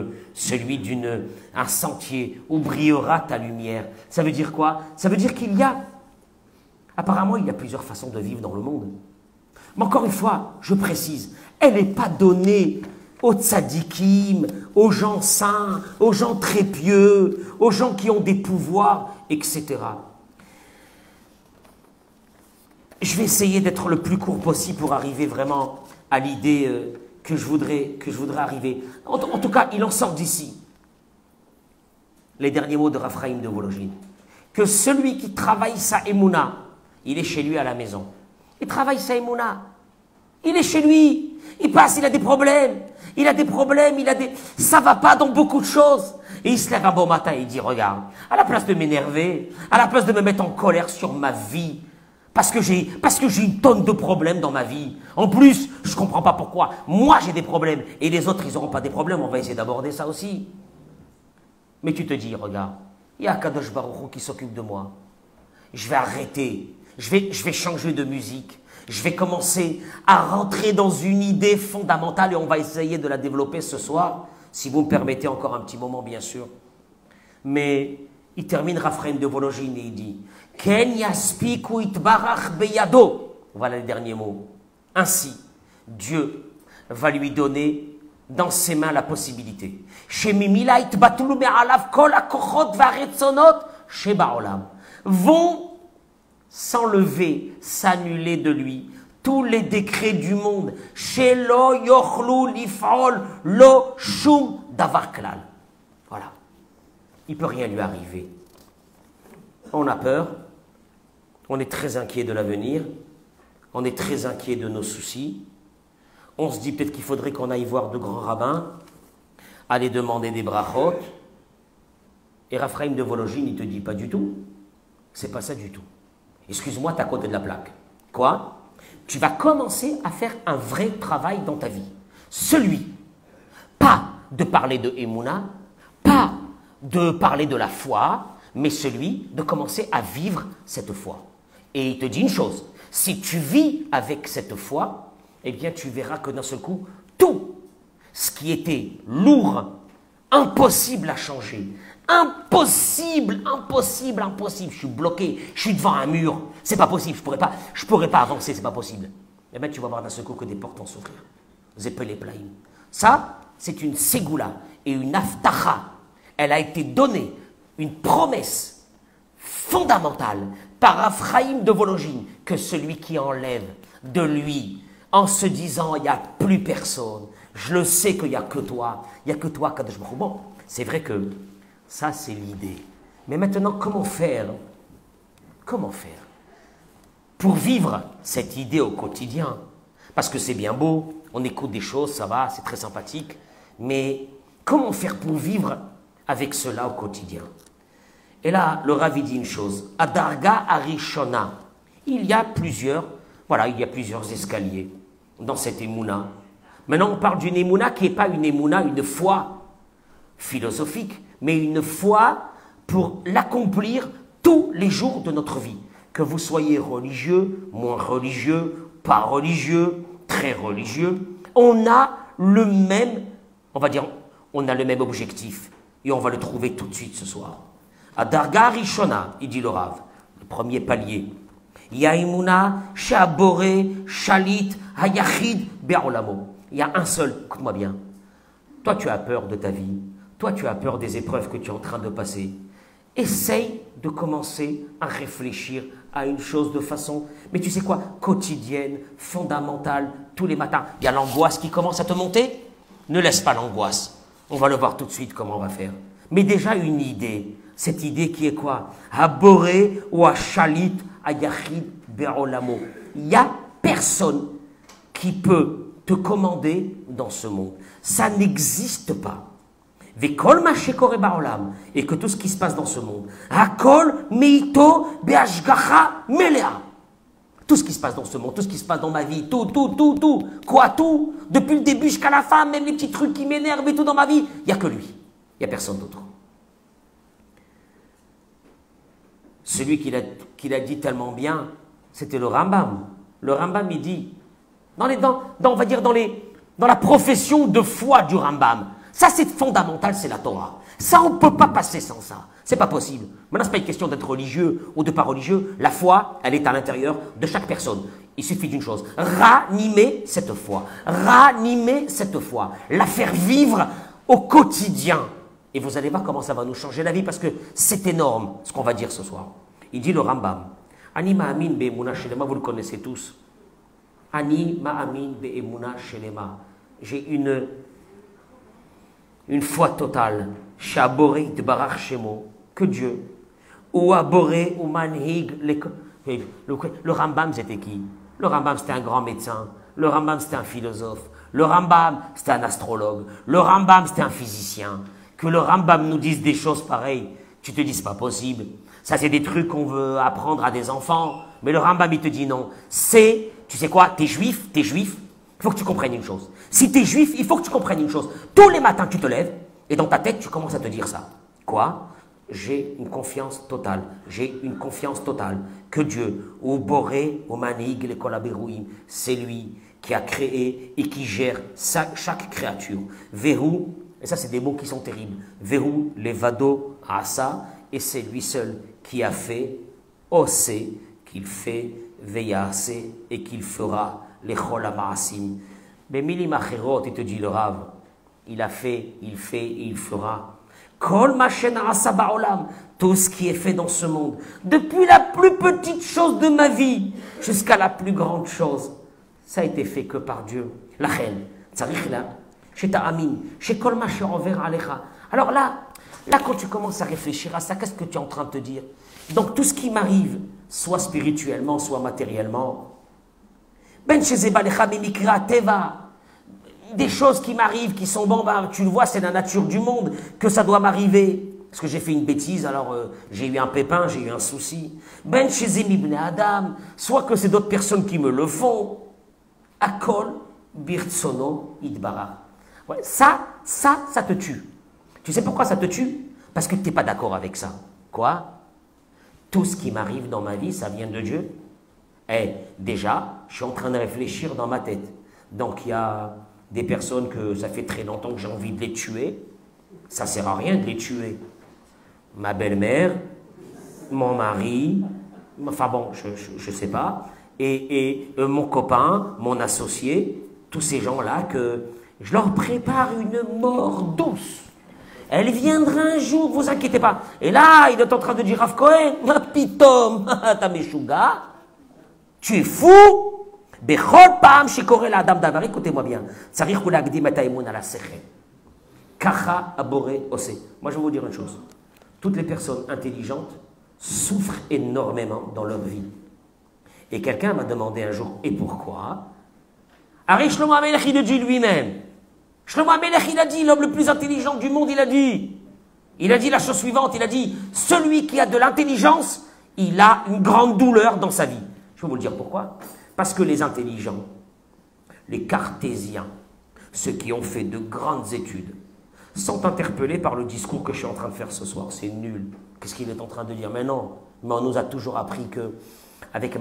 B: un sentier où brillera ta lumière. Ça veut dire quoi? Ça veut dire apparemment, il y a plusieurs façons de vivre dans le monde. Mais encore une fois, je précise, elle n'est pas donnée aux tzadikim, aux gens saints, aux gens très pieux, aux gens qui ont des pouvoirs, etc. Je vais essayer d'être le plus court possible pour arriver vraiment à l'idée que je voudrais arriver. En tout cas, il en sort d'ici. Les derniers mots de Raphaïm de Vologine. Que celui qui travaille sa émouna, il est chez lui à la maison. Il travaille sa émouna. Il est chez lui. Il passe, il a des problèmes. Ça va pas dans beaucoup de choses. Et il se lève un bon matin et il dit, regarde, à la place de m'énerver, à la place de me mettre en colère sur ma vie, parce que j'ai une tonne de problèmes dans ma vie. En plus, je ne comprends pas pourquoi. Moi, j'ai des problèmes et les autres, ils n'auront pas des problèmes. On va essayer d'aborder ça aussi. Mais tu te dis, regarde, il y a Kadosh Baruch Hu qui s'occupe de moi. Je vais arrêter. Je vais changer de musique. Je vais commencer à rentrer dans une idée fondamentale et on va essayer de la développer ce soir, si vous me permettez encore un petit moment, bien sûr. Mais il termine Raphaïm de Vologine et il dit Ken yaspiku itbarach beyado. Voilà les derniers mots. Ainsi, Dieu va lui donner dans ses mains la possibilité. Shemimila itbatulu me'alav kol hakochot va'retzonot shebaolam. Vont s'enlever, s'annuler de lui tous les décrets du monde. Shelo yochlu lif'ol lo shum davar klal. Voilà. Il ne peut rien lui arriver. On a peur. On est très inquiet de l'avenir. On est très inquiet de nos soucis. On se dit peut-être qu'il faudrait qu'on aille voir de grands rabbins, aller demander des brachot. Et Raphaïm de Vologine, il ne te dit pas du tout. C'est pas ça du tout. Excuse-moi, tu es à côté de la plaque. Quoi? Tu vas commencer à faire un vrai travail dans ta vie. Celui, pas de parler de Emouna, pas de parler de la foi, mais celui de commencer à vivre cette foi. Et il te dit une chose, si tu vis avec cette foi, eh bien tu verras que d'un seul coup, tout ce qui était lourd, impossible à changer, impossible, je suis bloqué, je suis devant un mur, c'est pas possible, je pourrais pas avancer, c'est pas possible. Eh bien tu vas voir d'un seul coup que des portes vont s'ouvrir. Zepel et Plaïm. Ça, c'est une ségoula et une aftacha. Elle a été donnée, une promesse fondamentale par Raphaïm de Vologine, que celui qui enlève de lui, en se disant, il n'y a plus personne, je le sais qu'il n'y a que toi, Kadosh Baruch Hu. Bon, c'est vrai que ça, c'est l'idée. Mais maintenant, comment faire? Comment faire pour vivre cette idée au quotidien? Parce que c'est bien beau, on écoute des choses, ça va, c'est très sympathique, mais comment faire pour vivre avec cela au quotidien? Et là, le Rav dit une chose, Adarga Arishona, il y a plusieurs escaliers dans cette émouna. Maintenant, on parle d'une émouna qui n'est pas une émouna, une foi philosophique, mais une foi pour l'accomplir tous les jours de notre vie. Que vous soyez religieux, moins religieux, pas religieux, très religieux, on a le même objectif. Et on va le trouver tout de suite ce soir. Adarga Rishona, il dit le Rav, le premier palier. Yaimuna, Shabore, Shalit, Hayachid, Be'olamo. Il y a un seul, écoute-moi bien. Toi, tu as peur de ta vie. Toi, tu as peur des épreuves que tu es en train de passer. Essaye de commencer à réfléchir à une chose de façon, mais tu sais quoi, quotidienne, fondamentale, tous les matins. Il y a l'angoisse qui commence à te monter. Ne laisse pas l'angoisse. On va le voir tout de suite comment on va faire. Mais déjà une idée. Cette idée qui est quoi? Haboré ou Shalit Ayachid Be'olamo. Il n'y a personne qui peut te commander dans ce monde. Ça n'existe pas. Vekol mashekore ba'olam, et que tout ce qui se passe dans ce monde, hakol meito be'ashgacha melea. Tout ce qui se passe dans ce monde, tout ce qui se passe dans ma vie, tout. Quoi, tout? Depuis le début jusqu'à la fin, même les petits trucs qui m'énervent et tout dans ma vie, il n'y a que lui. Il n'y a personne d'autre. Celui qui l'a dit tellement bien, c'était le Rambam. Le Rambam, il dit, on va dire dans la profession de foi du Rambam, ça c'est fondamental, c'est la Torah. Ça, on ne peut pas passer sans ça. C'est pas possible. Maintenant, ce n'est pas une question d'être religieux ou de pas religieux. La foi, elle est à l'intérieur de chaque personne. Il suffit d'une chose. Ranimer cette foi. Ranimer cette foi. La faire vivre au quotidien. Et vous allez voir comment ça va nous changer la vie parce que c'est énorme ce qu'on va dire ce soir. Il dit le Rambam. Ani ma'amin be'emuna shelema, vous le connaissez tous. Ani ma'amin be'emuna shelema. J'ai une foi totale. Shaboré de Shemo, que Dieu. Ou Aboré ou Manhig. Le Rambam, c'était qui? Le Rambam, c'était un grand médecin. Le Rambam, c'était un philosophe. Le Rambam, c'était un astrologue. Le Rambam, c'était un physicien. Que le Rambam nous dise des choses pareilles, tu te dis, c'est pas possible. Ça, c'est des trucs qu'on veut apprendre à des enfants. Mais le Rambam, il te dit non. Tu sais quoi, t'es juif. Il faut que tu comprennes une chose. Si t'es juif, il faut que tu comprennes une chose. Tous les matins, tu te lèves. Et dans ta tête, tu commences à te dire ça. Quoi? J'ai une confiance totale. J'ai une confiance totale que Dieu, au Boré, au Manig, les Kolaberouim, c'est lui qui a créé et qui gère chaque créature. Verrou, et ça c'est des mots qui sont terribles. Verrou, levado, asa, et c'est lui seul qui a fait, osé, qu'il fait, veyase, et qu'il fera les Cholamaasim. Mais milimachérot, il te dit le Rav. Il a fait, il fait et il fera. Kol mashena asa ba'olam, tout ce qui est fait dans ce monde, depuis la plus petite chose de ma vie jusqu'à la plus grande chose, ça a été fait que par Dieu. La reine, tzarich la, chez ta amine, chez kol mashen envers alecha. Alors là, quand tu commences à réfléchir à ça, qu'est-ce que tu es en train de te dire? Donc tout ce qui m'arrive, soit spirituellement, soit matériellement, ben chez zebalecha mimikra teva. Des choses qui m'arrivent, qui sont bon, bah, tu le vois, c'est la nature du monde que ça doit m'arriver. Parce que j'ai fait une bêtise, alors j'ai eu un pépin, j'ai eu un souci. Ben shezim ibn Adam, soit que c'est d'autres personnes qui me le font. Akol birtsono idbara. Ouais, ça te tue. Tu sais pourquoi ça te tue? Parce que tu n'es pas d'accord avec ça. Quoi? Tout ce qui m'arrive dans ma vie, ça vient de Dieu. Et déjà, je suis en train de réfléchir dans ma tête. Donc il y a des personnes que ça fait très longtemps que j'ai envie de les tuer. Ça ne sert à rien de les tuer. Ma belle-mère, mon mari, enfin bon, je ne sais pas, et mon copain, mon associé, tous ces gens-là que je leur prépare une mort douce. Elle viendra un jour, vous inquiétez pas. Et là, il est en train de dire, Rav Cohen, ma pitom, ta meshuga, tu es fou. Bechol pam shikore la adam davar, écoutez-moi bien. Tzarich hu lagdim et haemun ala sechel. Kacha aboré osé. Moi, je vais vous dire une chose. Toutes les personnes intelligentes souffrent énormément dans leur vie. Et quelqu'un m'a demandé un jour, et pourquoi? Ari Shlomo HaMelech, il le dit lui-même. Shlomo HaMelech, il a dit, l'homme le plus intelligent du monde, il a dit la chose suivante, il a dit, celui qui a de l'intelligence, il a une grande douleur dans sa vie. Je vais vous le dire pourquoi. Parce que les intelligents, les cartésiens, ceux qui ont fait de grandes études, sont interpellés par le discours que je suis en train de faire ce soir. C'est nul. Qu'est-ce qu'il est en train de dire? Mais non, mais on nous a toujours appris que avec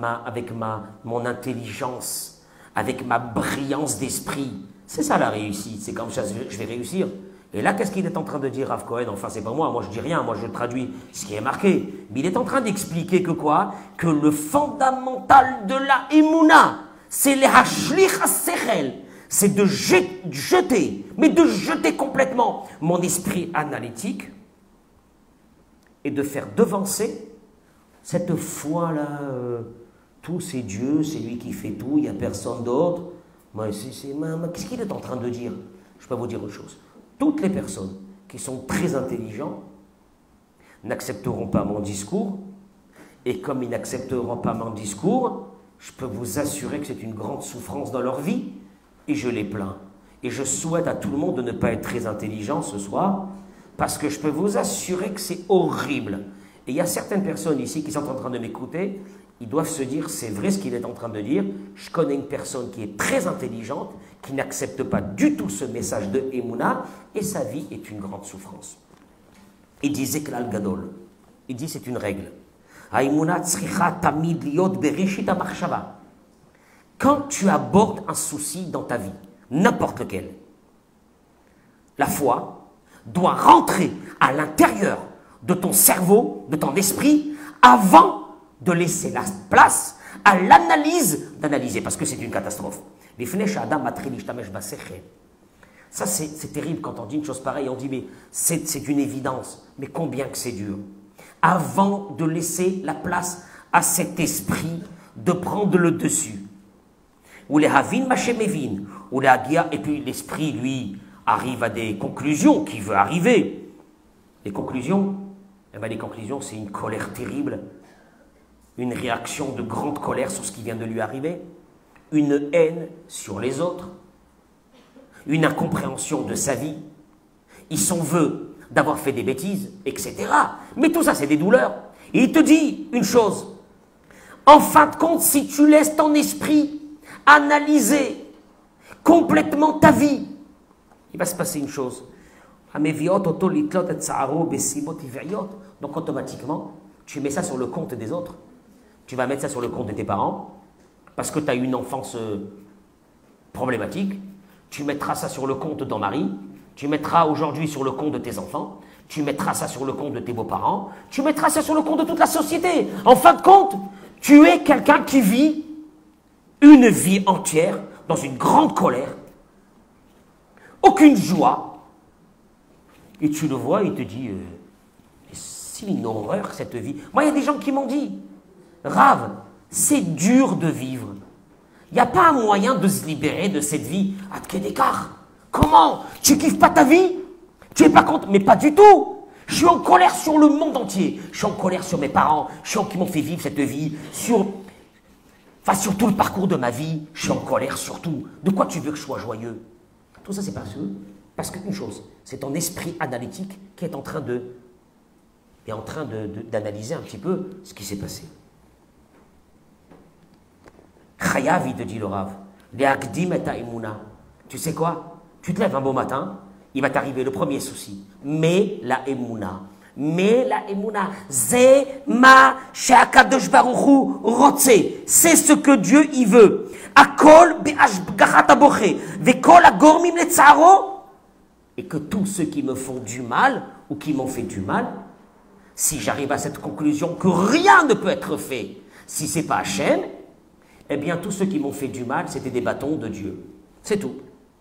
B: mon intelligence, avec ma brillance d'esprit, c'est ça la réussite, c'est comme ça que je vais réussir. Et là, qu'est-ce qu'il est en train de dire, Rav Cohen? Enfin, c'est pas moi je dis rien, moi je traduis ce qui est marqué. Mais il est en train d'expliquer que quoi? Que le fondamental de la Emouna, c'est les hashlich ha-sechel, c'est de jeter, mais de jeter complètement mon esprit analytique et de faire devancer cette foi-là. Tout c'est Dieu, c'est lui qui fait tout, il n'y a personne d'autre. Qu'est-ce qu'il est en train de dire? Je peux vous dire une chose. Toutes les personnes qui sont très intelligentes n'accepteront pas mon discours, et comme ils n'accepteront pas mon discours, je peux vous assurer que c'est une grande souffrance dans leur vie, et je les plains. Et je souhaite à tout le monde de ne pas être très intelligent ce soir, parce que je peux vous assurer que c'est horrible. Et il y a certaines personnes ici qui sont en train de m'écouter, ils doivent se dire, c'est vrai ce qu'il est en train de dire, je connais une personne qui est très intelligente, qui n'accepte pas du tout ce message de Emouna, et sa vie est une grande souffrance. Il dit Zeklal Gadol, il dit c'est une règle. Quand tu abordes un souci dans ta vie, n'importe lequel, la foi doit rentrer à l'intérieur de ton cerveau, de ton esprit, avant de laisser la place à l'analyse d'analyser, parce que c'est une catastrophe. Ça, c'est terrible quand on dit une chose pareille, on dit, mais c'est une évidence, mais combien que c'est dur. Avant de laisser la place à cet esprit de prendre le dessus. Ou les havin machemevin, ou les agia, et puis l'esprit, lui, arrive à des conclusions qu'il veut arriver. Les conclusions, eh bien, les conclusions, c'est une colère terrible, une réaction de grande colère sur ce qui vient de lui arriver, une haine sur les autres, une incompréhension de sa vie, il s'en veut d'avoir fait des bêtises, etc. Mais tout ça, c'est des douleurs. Et il te dit une chose, en fin de compte, si tu laisses ton esprit analyser complètement ta vie, il va se passer une chose. Donc automatiquement, tu mets ça sur le compte des autres. Tu vas mettre ça sur le compte de tes parents, parce que tu as eu une enfance problématique. Tu mettras ça sur le compte de ton mari, tu mettras aujourd'hui sur le compte de tes enfants, tu mettras ça sur le compte de tes beaux-parents, tu mettras ça sur le compte de toute la société. En fin de compte, tu es quelqu'un qui vit une vie entière dans une grande colère, aucune joie, et tu le vois, il te dit, c'est une horreur cette vie. Moi, il y a des gens qui m'ont dit, Rav, c'est dur de vivre. Il n'y a pas un moyen de se libérer de cette vie à quel écart. Comment? Tu kiffes pas ta vie? Tu es pas content? Mais pas du tout. Je suis en colère sur le monde entier. Je suis en colère sur mes parents. Je suis qui m'ont fait vivre cette vie. Sur tout le parcours de ma vie. Je suis en colère sur tout. De quoi tu veux que je sois joyeux? Tout ça, c'est parce qu'une chose, c'est ton esprit analytique qui est en train d'analyser un petit peu ce qui s'est passé. Chayav, il te dit le Rav, tu sais quoi? Tu te lèves un beau matin, il va t'arriver le premier souci. Mais la emuna, c'est ma she'akadosh baruchu rotse, c'est ce que Dieu y veut. Akol be'ashgachat aboche, ve'kol agormim letzaro, et que tous ceux qui me font du mal ou qui m'ont fait du mal, si j'arrive à cette conclusion que rien ne peut être fait si c'est pas Hachem, eh bien, tous ceux qui m'ont fait du mal, c'était des bâtons de Dieu. C'est tout.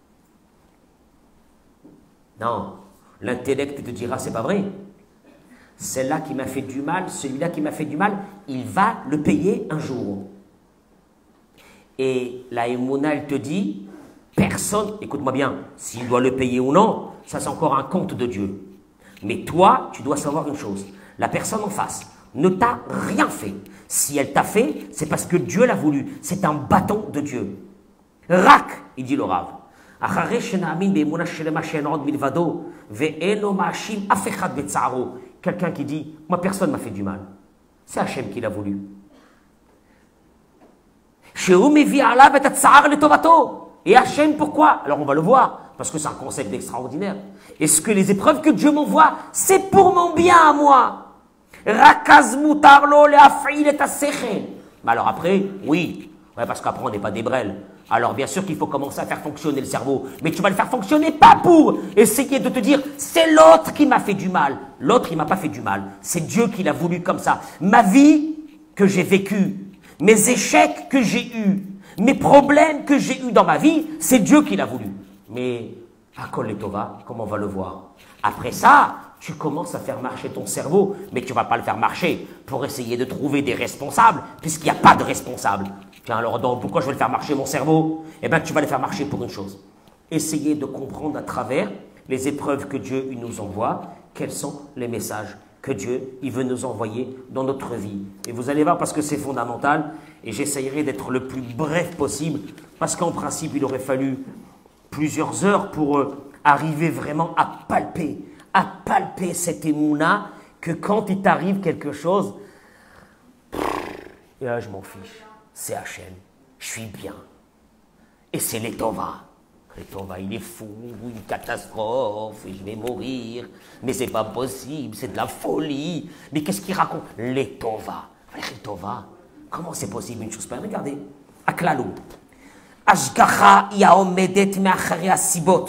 B: Non, l'intellect te dira, c'est pas vrai. Celle-là qui m'a fait du mal, celui-là qui m'a fait du mal, il va le payer un jour. Et la Emouna, elle te dit, personne, écoute-moi bien, s'il doit le payer ou non, ça c'est encore un compte de Dieu. Mais toi, tu dois savoir une chose, la personne en face ne t'a rien fait. Si elle t'a fait, c'est parce que Dieu l'a voulu. C'est un bâton de Dieu. Rak, il dit le Rav. Quelqu'un qui dit, moi personne ne m'a fait du mal. C'est Hachem qui l'a voulu. Et Hachem, pourquoi? Alors on va le voir, parce que c'est un concept extraordinaire. Est-ce que les épreuves que Dieu m'envoie, c'est pour mon bien à moi? Mais alors après, oui, parce qu'après on n'est pas des brels. Alors bien sûr qu'il faut commencer à faire fonctionner le cerveau, mais tu vas le faire fonctionner pas pour essayer de te dire c'est l'autre qui m'a fait du mal. L'autre il m'a pas fait du mal, c'est Dieu qui l'a voulu comme ça. Ma vie que j'ai vécue, mes échecs que j'ai eus, mes problèmes que j'ai eus dans ma vie, c'est Dieu qui l'a voulu. Mais à Kol Tova, comme on va le voir. Après ça, tu commences à faire marcher ton cerveau, mais tu ne vas pas le faire marcher pour essayer de trouver des responsables, puisqu'il n'y a pas de responsables. Tiens, alors donc, pourquoi je vais le faire marcher mon cerveau? Eh bien, tu vas le faire marcher pour une chose. Essayer de comprendre à travers les épreuves que Dieu il nous envoie, quels sont les messages que Dieu il veut nous envoyer dans notre vie. Et vous allez voir, parce que c'est fondamental, et j'essayerai d'être le plus bref possible, parce qu'en principe, il aurait fallu plusieurs heures pour arriver vraiment à palper cette émouna, que quand il t'arrive quelque chose, et là je m'en fiche, c'est Hachem, je suis bien. Et c'est l'étova. L'étova, il est fou, une catastrophe, je vais mourir, mais c'est pas possible, c'est de la folie. Mais qu'est-ce qu'il raconte? L'étova. L'étova, comment c'est possible une chose pareille? Regardez, Aklalou. Ashgacha yaomedet me'acharei asibot.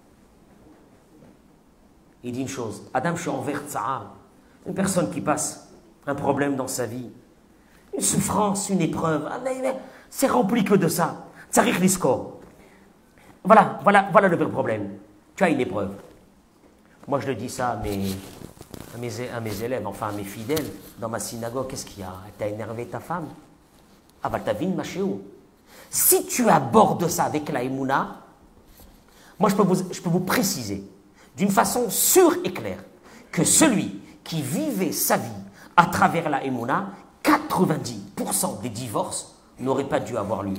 B: Il dit une chose, Adam She'over Tza'ar, une personne qui passe un problème dans sa vie, une souffrance, une épreuve, c'est rempli que de ça. Tzarich liskor. Voilà le vrai problème. Tu as une épreuve. Moi, je le dis ça à mes élèves, enfin à mes fidèles, dans ma synagogue. Qu'est-ce qu'il y a? T'as énervé ta femme? Ah bah, t'as vu une machéo. Si tu abordes ça avec la Emouna, moi, je peux vous préciser, d'une façon sûre et claire, que celui qui vivait sa vie à travers la Emouna, 90% des divorces n'auraient pas dû avoir lieu.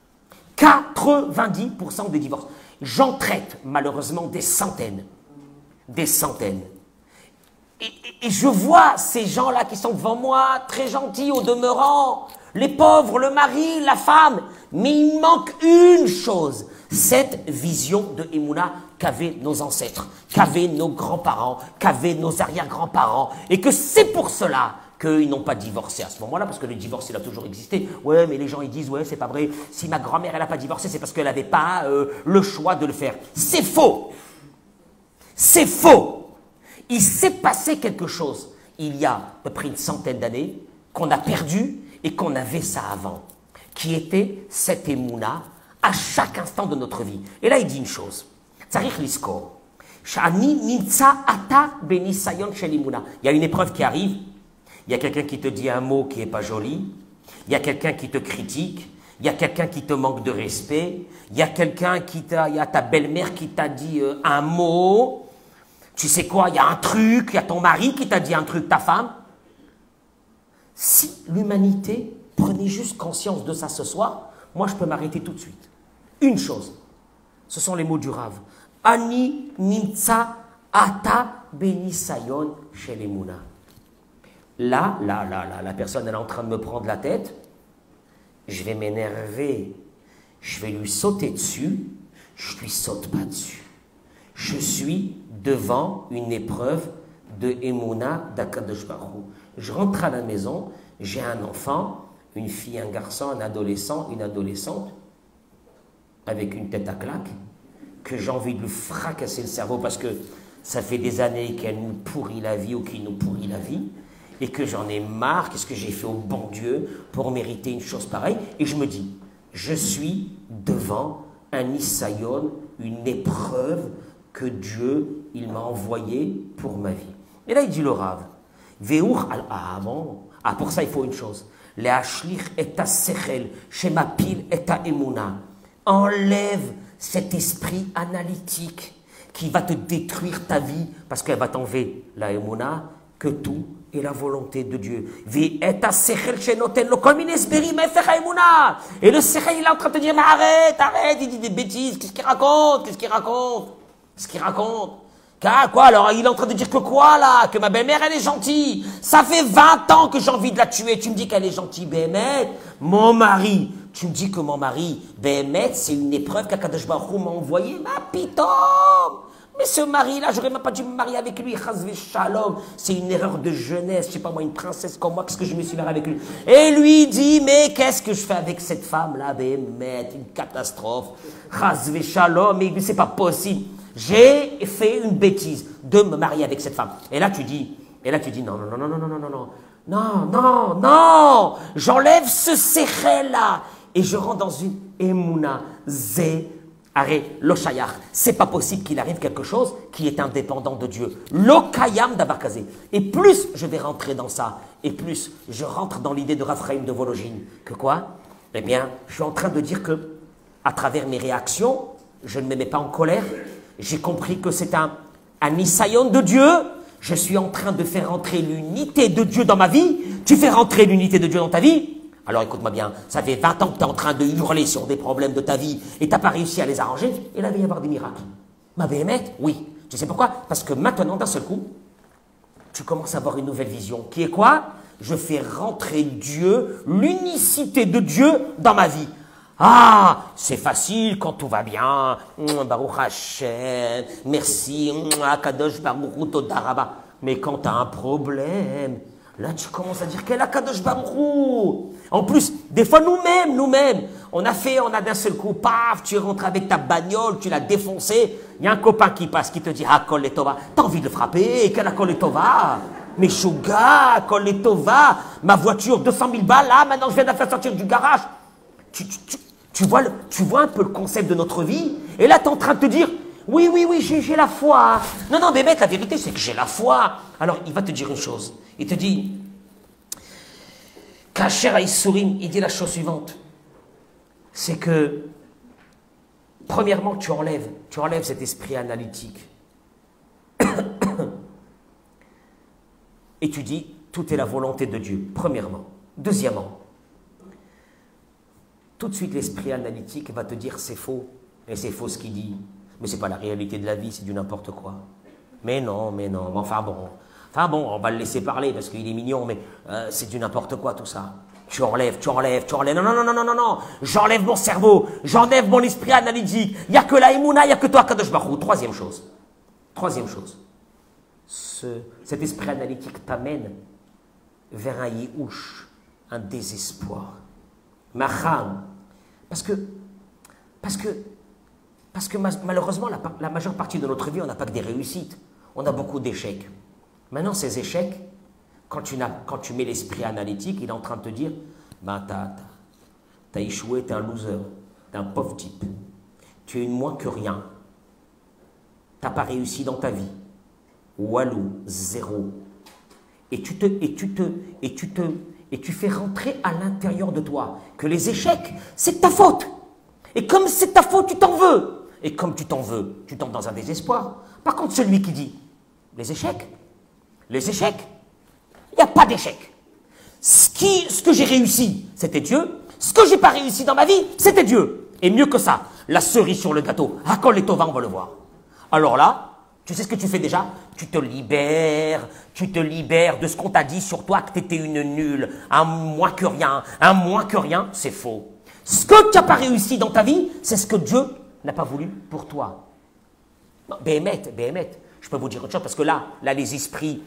B: 90% des divorces. J'en traite malheureusement des centaines. Des centaines. Et je vois ces gens-là qui sont devant moi, très gentils au demeurant, les pauvres, le mari, la femme. Mais il manque une chose, cette vision de Emouna qu'avaient nos ancêtres, qu'avaient nos grands-parents, qu'avaient nos arrière-grands-parents. Et que c'est pour cela qu'ils n'ont pas divorcé à ce moment-là, parce que le divorce, il a toujours existé. Ouais, mais les gens, ils disent, ouais, c'est pas vrai. Si ma grand-mère, elle n'a pas divorcé, c'est parce qu'elle n'avait pas le choix de le faire. C'est faux. C'est faux. Il s'est passé quelque chose, il y a à peu près une centaine d'années, qu'on a perdu et qu'on avait ça avant, qui était cette émouna à chaque instant de notre vie. Et là, il dit une chose. Tzarich liskor. Shani nimtza ata benisayon shel émouna. Il y a une épreuve qui arrive. Il y a quelqu'un qui te dit un mot qui n'est pas joli, il y a quelqu'un qui te critique, il y a quelqu'un qui te manque de respect, il y a quelqu'un il y a ta belle-mère qui t'a dit un mot, tu sais quoi, il y a un truc, il y a ton mari qui t'a dit un truc, ta femme. Si l'humanité prenait juste conscience de ça ce soir, moi je peux m'arrêter tout de suite. Une chose, ce sont les mots du Rav. Ani nimtza ata benisayon shel émouna. Là, la personne, elle est en train de me prendre la tête, je vais m'énerver, je vais lui sauter dessus, je lui saute pas dessus. Je suis devant une épreuve de Emouna d'Akadosh Baruch Hu. Je rentre à la maison, j'ai un enfant, une fille, un garçon, un adolescent, une adolescente, avec une tête à claque, que j'ai envie de lui fracasser le cerveau parce que ça fait des années qu'elle nous pourrit la vie ou qu'il nous pourrit la vie, et que j'en ai marre, qu'est-ce que j'ai fait au bon Dieu pour mériter une chose pareille? Et je me dis, je suis devant un Isayon, une épreuve que Dieu, il m'a envoyée pour ma vie. Et là, il dit le Rav, Veur al avant. Ah, pour ça, il faut une chose. Le hashlich et ta sechel, shemapil et ta emuna. Enlève cet esprit analytique qui va te détruire ta vie parce qu'elle va t'enlever la emuna, que tout est la volonté de Dieu. Et le sechel, il est en train de te dire, mais arrête, il dit des bêtises, qu'est-ce qu'il raconte? Quoi alors? Il est en train de dire que quoi là? Que ma belle-mère elle est gentille. Ça fait 20 ans que j'ai envie de la tuer. Tu me dis qu'elle est gentille, Béhémet. Mon mari. Tu me dis que mon mari, Béhémet, c'est une épreuve qu'Akadosh Baruch Hu m'a envoyée. Ma pitom. Mais ce mari-là, j'aurais même pas dû me marier avec lui. Chas v'shalom. C'est une erreur de jeunesse. Je sais pas moi, une princesse comme moi, qu'est-ce que je me suis marié avec lui? Et lui dit, mais qu'est-ce que je fais avec cette femme-là, Béhémet? Une catastrophe. Chas v'shalom. Mais c'est pas possible. J'ai fait une bêtise de me marier avec cette femme. Et là tu dis, non, j'enlève ce sechel là et je rentre dans une emuna, zé Arrête, l'oshayach, c'est pas possible qu'il arrive quelque chose qui est indépendant de Dieu. L'okayam d'abarkazé. Et plus je vais rentrer dans ça, et plus je rentre dans l'idée de Raphaël de Vologine, que quoi? Eh bien, je suis en train de dire que, à travers mes réactions, je ne me mets pas en colère. J'ai compris que c'est un isayon de Dieu. Je suis en train de faire rentrer l'unité de Dieu dans ma vie. Tu fais rentrer l'unité de Dieu dans ta vie. Alors écoute-moi bien, ça fait 20 ans que tu es en train de hurler sur des problèmes de ta vie et tu n'as pas réussi à les arranger, et là il va y avoir des miracles. Ma béhémeth, oui. Tu sais pourquoi? Parce que maintenant, d'un seul coup, tu commences à avoir une nouvelle vision. Qui est quoi? Je fais rentrer Dieu, l'unicité de Dieu dans ma vie. Ah, c'est facile quand tout va bien. Baruch Hashem, merci, Kadosh Baruch Toda Rabba. Mais quand tu as un problème, là, tu commences à dire quel Akadosh Baruch. En plus, des fois, nous-mêmes, on a d'un seul coup, paf, tu rentres avec ta bagnole, tu l'as défoncé. Il y a un copain qui passe, qui te dit Hakol et Tova. T'as envie de le frapper, quel Hakol et Tova? Mais Chouga, Hakol et Tova, ma voiture, 200 000 balles, là, maintenant je viens de la faire sortir du garage. Tu vois un peu le concept de notre vie. Et là, tu es en train de te dire oui, j'ai la foi. Non, mais mec, la vérité, c'est que j'ai la foi. Alors, il va te dire une chose. Il te dit, Kacher Aïssourim, il dit la chose suivante. C'est que, premièrement, tu enlèves cet esprit analytique. Et tu dis, tout est la volonté de Dieu, premièrement. Deuxièmement, tout de suite, l'esprit analytique va te dire, c'est faux. Et c'est faux ce qu'il dit. Mais ce n'est pas la réalité de la vie, c'est du n'importe quoi. Mais non, enfin bon, on va le laisser parler parce qu'il est mignon, mais c'est du n'importe quoi tout ça. Tu enlèves. Non, j'enlève mon cerveau, j'enlève mon esprit analytique. Il n'y a que la Emouna, il n'y a que toi, Kadosh Baruch. Troisième chose. Cet esprit analytique t'amène vers un yiouch, un désespoir. Macham. Parce que malheureusement, la majeure partie de notre vie, on n'a pas que des réussites. On a beaucoup d'échecs. Maintenant, ces échecs, quand tu mets l'esprit analytique, il est en train de te dire, ben, t'as échoué, t'es un loser, t'es un pauvre type. Tu es moins que rien. T'as pas réussi dans ta vie. Walou, zéro. Et tu fais rentrer à l'intérieur de toi que les échecs, c'est ta faute. Et comme c'est ta faute, tu t'en veux. Et comme tu t'en veux, tu tombes dans un désespoir. Par contre, celui qui dit les échecs, il n'y a pas d'échec. Ce que j'ai réussi, c'était Dieu. Ce que j'ai pas réussi dans ma vie, c'était Dieu. Et mieux que ça, la cerise sur le gâteau, Hakol et Tova, on va le voir. Alors là, tu sais ce que tu fais déjà? Tu te libères de ce qu'on t'a dit sur toi, que tu étais une nulle, un moins que rien, c'est faux. Ce que tu n'as pas réussi dans ta vie, c'est ce que Dieu n'a pas voulu pour toi. Non, Béhémeth, je peux vous dire autre chose, parce que là les esprits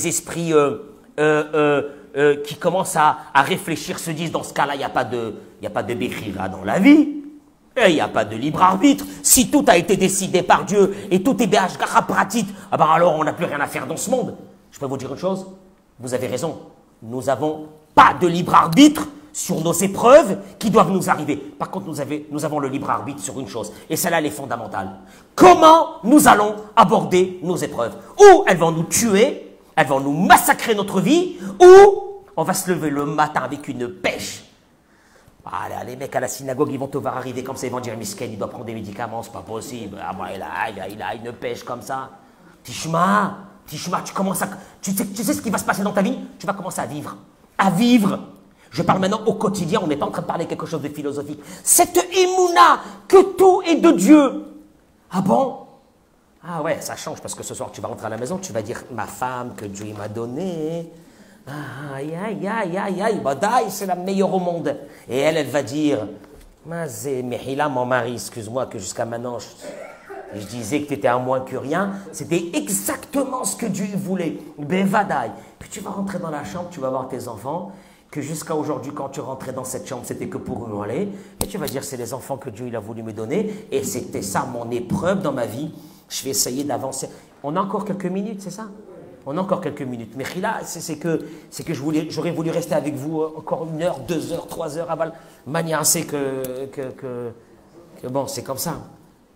B: qui commencent à réfléchir se disent, dans ce cas-là, il n'y a pas de Bechira dans la vie, et il n'y a pas de libre arbitre. Si tout a été décidé par Dieu, et tout est Béhashgacha pratique, alors on n'a plus rien à faire dans ce monde. Je peux vous dire une chose, vous avez raison, nous n'avons pas de libre arbitre sur nos épreuves qui doivent nous arriver. Par contre, nous avons le libre arbitre sur une chose, et celle-là, elle est fondamentale. Comment nous allons aborder nos épreuves? Ou elles vont nous tuer, elles vont nous massacrer notre vie, ou on va se lever le matin avec une pêche. Ah, les mecs à la synagogue, ils vont te voir arriver comme ça, ils vont dire, Misken, il doit prendre des médicaments, c'est pas possible. Ah, il a une pêche comme ça. Tishma, tu commences à... Tu sais ce qui va se passer dans ta vie? Tu vas commencer à vivre. Je parle maintenant au quotidien, on n'est pas en train de parler quelque chose de philosophique. Cette émouna que tout est de Dieu. Ah bon? Ah ouais, ça change parce que ce soir tu vas rentrer à la maison, tu vas dire ma femme que Dieu m'a donnée. Aïe, badaï, c'est la meilleure au monde. Et elle va dire, Mehila, mon mari, excuse-moi que jusqu'à maintenant je disais que tu étais un moins que rien. C'était exactement ce que Dieu voulait. Bevadaï. Puis tu vas rentrer dans la chambre, tu vas voir tes enfants. Que jusqu'à aujourd'hui, quand tu rentrais dans cette chambre, c'était que pour hurler. Et tu vas dire, c'est les enfants que Dieu il a voulu me donner. Et c'était ça mon épreuve dans ma vie. Je vais essayer d'avancer. On a encore quelques minutes, c'est ça? On a encore quelques minutes. Mais là, c'est que j'aurais voulu rester avec vous encore 1 heure, 2 heures, 3 heures. Mania, c'est que bon, c'est comme ça.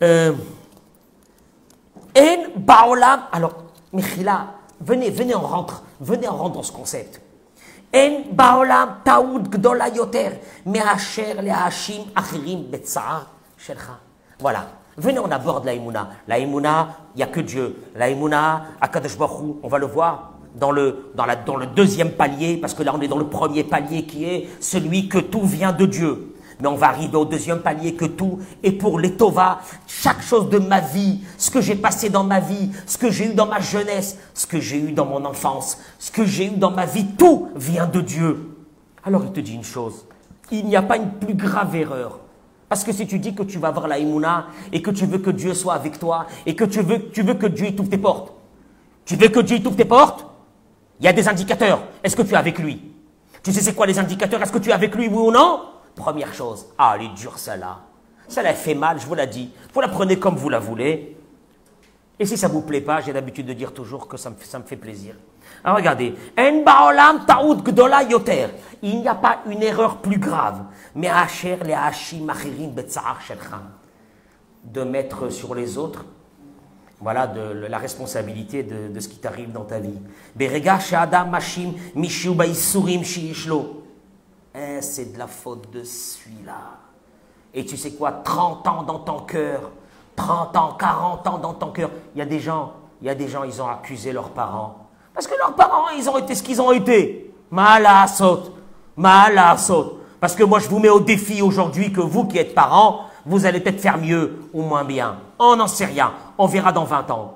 B: En baolam, alors, Mechila, venez, on rentre dans ce concept. En baolam taoud gdola yoter, me'asher le'ashim achirim betza'a shelcha. Voilà. Venez, on aborde la Emouna. La Emouna, il n'y a que Dieu. La Emouna, Akadosh Baruch Hu, on va le voir dans le deuxième palier, parce que là, on est dans le premier palier qui est celui que tout vient de Dieu. Mais on va arriver au deuxième palier que tout est pour les Tova. Chaque chose de ma vie, ce que j'ai passé dans ma vie, ce que j'ai eu dans ma jeunesse, ce que j'ai eu dans mon enfance, ce que j'ai eu dans ma vie, tout vient de Dieu. Alors il te dit une chose, il n'y a pas une plus grave erreur. Parce que si tu dis que tu vas avoir la Emouna et que tu veux que Dieu soit avec toi et que tu veux que Dieu y t'ouvre tes portes, tu veux que Dieu y t'ouvre tes portes, il y a des indicateurs. Est-ce que tu es avec lui? Tu sais c'est quoi les indicateurs? Est-ce que tu es avec lui, oui ou non? Première chose, elle est dure celle-là. Celle-là, elle fait mal, je vous l'ai dit. Vous la prenez comme vous la voulez. Et si ça ne vous plaît pas, j'ai l'habitude de dire toujours que ça me fait plaisir. Alors regardez. En baolam taoud gdola yoter. Il n'y a pas une erreur plus grave. Mais asher le hashim achirim betzaar shelcha. De mettre sur les autres, voilà, de la responsabilité de ce qui t'arrive dans ta vie. Berega she'adam mashim mishiu ba'isurim shi'ishlo. C'est de la faute de celui-là. Et tu sais quoi, 30 ans dans ton cœur, 30 ans, 40 ans dans ton cœur, il y a des gens, ils ont accusé leurs parents. Parce que leurs parents, ils ont été ce qu'ils ont été. Malasot. Parce que moi, je vous mets au défi aujourd'hui que vous qui êtes parents, vous allez peut-être faire mieux ou moins bien. On n'en sait rien. On verra dans 20 ans.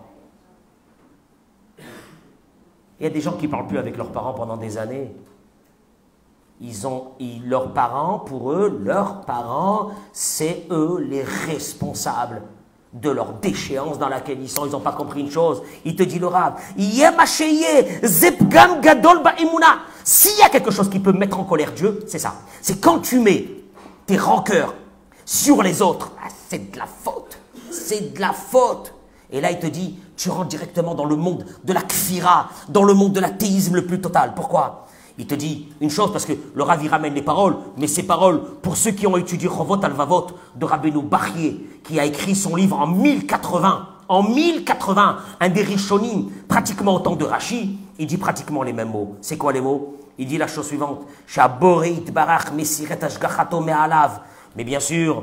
B: Il y a des gens qui ne parlent plus avec leurs parents pendant des années. Leurs parents, pour eux, c'est eux les responsables de leur déchéance dans laquelle ils sont. Ils n'ont pas compris une chose. Il te dit le Rav, s'il y a quelque chose qui peut mettre en colère Dieu, c'est ça. C'est quand tu mets tes rancœurs sur les autres. C'est de la faute. C'est de la faute. Et là, il te dit, tu rentres directement dans le monde de la kfira, dans le monde de l'athéisme le plus total. Pourquoi ? Il te dit une chose, parce que le Rav il ramène les paroles, mais ces paroles, pour ceux qui ont étudié Chovot Alvavot de Rabbeinu Bachye, qui a écrit son livre en 1080, un des Rishonim, pratiquement autant de Rashi, il dit pratiquement les mêmes mots. C'est quoi les mots? Il dit la chose suivante, Shaboreit Barach Mesiret Ashgachato Me'alav. Mais bien sûr,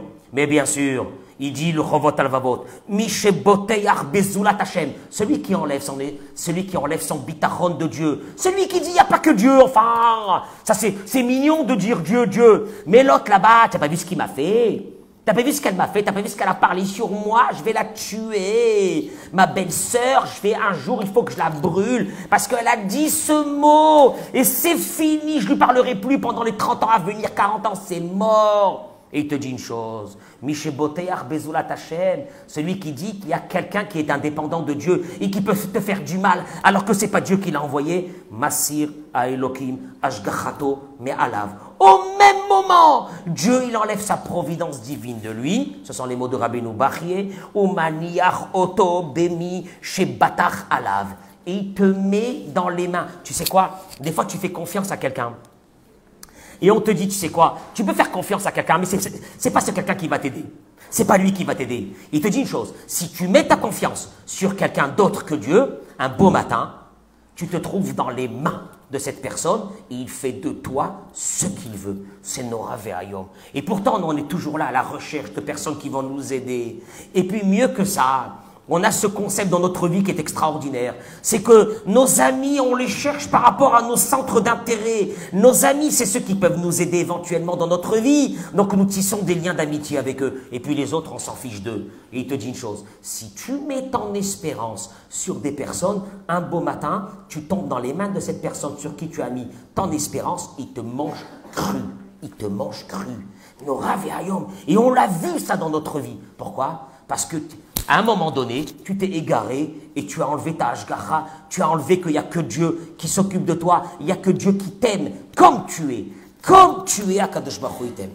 B: il dit le Chovot Alvavot, Misheboteyach Bezulat Hashem, celui qui enlève son bitachon de Dieu, celui qui dit il n'y a pas que Dieu, enfin, ça c'est mignon de dire Dieu, mais l'autre là-bas, tu n'as pas vu ce qu'il m'a fait, tu n'as pas vu ce qu'elle m'a fait, tu n'as pas vu ce qu'elle a parlé sur moi, je vais la tuer, ma belle-sœur, un jour il faut que je la brûle, parce qu'elle a dit ce mot, et c'est fini, je ne lui parlerai plus pendant les 30 ans à venir, 40 ans, c'est mort. Et il te dit une chose, Misheboteyach Bezulat Hashem, celui qui dit qu'il y a quelqu'un qui est indépendant de Dieu et qui peut te faire du mal alors que ce n'est pas Dieu qui l'a envoyé, Masir Aelokim Ashgachato Me'alav. Au même moment, Dieu il enlève sa providence divine de lui, ce sont les mots de Rabbeinu Bachye, Umaniach Oto Bemi Shebatach Alav. Et il te met dans les mains. Tu sais quoi? Des fois tu fais confiance à quelqu'un. Et on te dit, tu sais quoi, tu peux faire confiance à quelqu'un, mais c'est pas ce quelqu'un qui va t'aider. C'est pas lui qui va t'aider. Il te dit une chose, si tu mets ta confiance sur quelqu'un d'autre que Dieu, un beau matin, tu te trouves dans les mains de cette personne et il fait de toi ce qu'il veut. C'est Nora Ve'ayom. Et pourtant, on est toujours là à la recherche de personnes qui vont nous aider. Et puis mieux que ça, on a ce concept dans notre vie qui est extraordinaire. C'est que nos amis, on les cherche par rapport à nos centres d'intérêt. Nos amis, c'est ceux qui peuvent nous aider éventuellement dans notre vie. Donc nous tissons des liens d'amitié avec eux. Et puis les autres, on s'en fiche d'eux. Et il te dit une chose, si tu mets ton espérance sur des personnes, un beau matin, tu tombes dans les mains de cette personne sur qui tu as mis ton espérance, il te mange cru. Il te mange cru. Nora Ve'ayom. Et on l'a vu ça dans notre vie. Pourquoi? Parce que à un moment donné, tu t'es égaré et tu as enlevé ta Ashgacha, tu as enlevé qu'il n'y a que Dieu qui s'occupe de toi, il n'y a que Dieu qui t'aime comme tu es. Comme tu es, Akadosh Baruch Hu t'aime.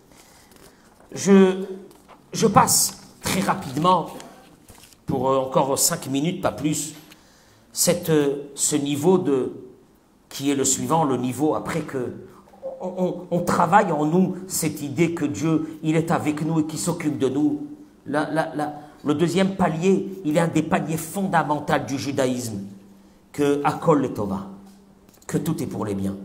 B: Je passe très rapidement, pour encore 5 minutes, pas plus, ce niveau qui est le suivant, le niveau après que on travaille en nous cette idée que Dieu, il est avec nous et qui s'occupe de nous. Le deuxième palier, il est un des paliers fondamentaux du judaïsme, que Akol le Tova, que tout est pour les biens.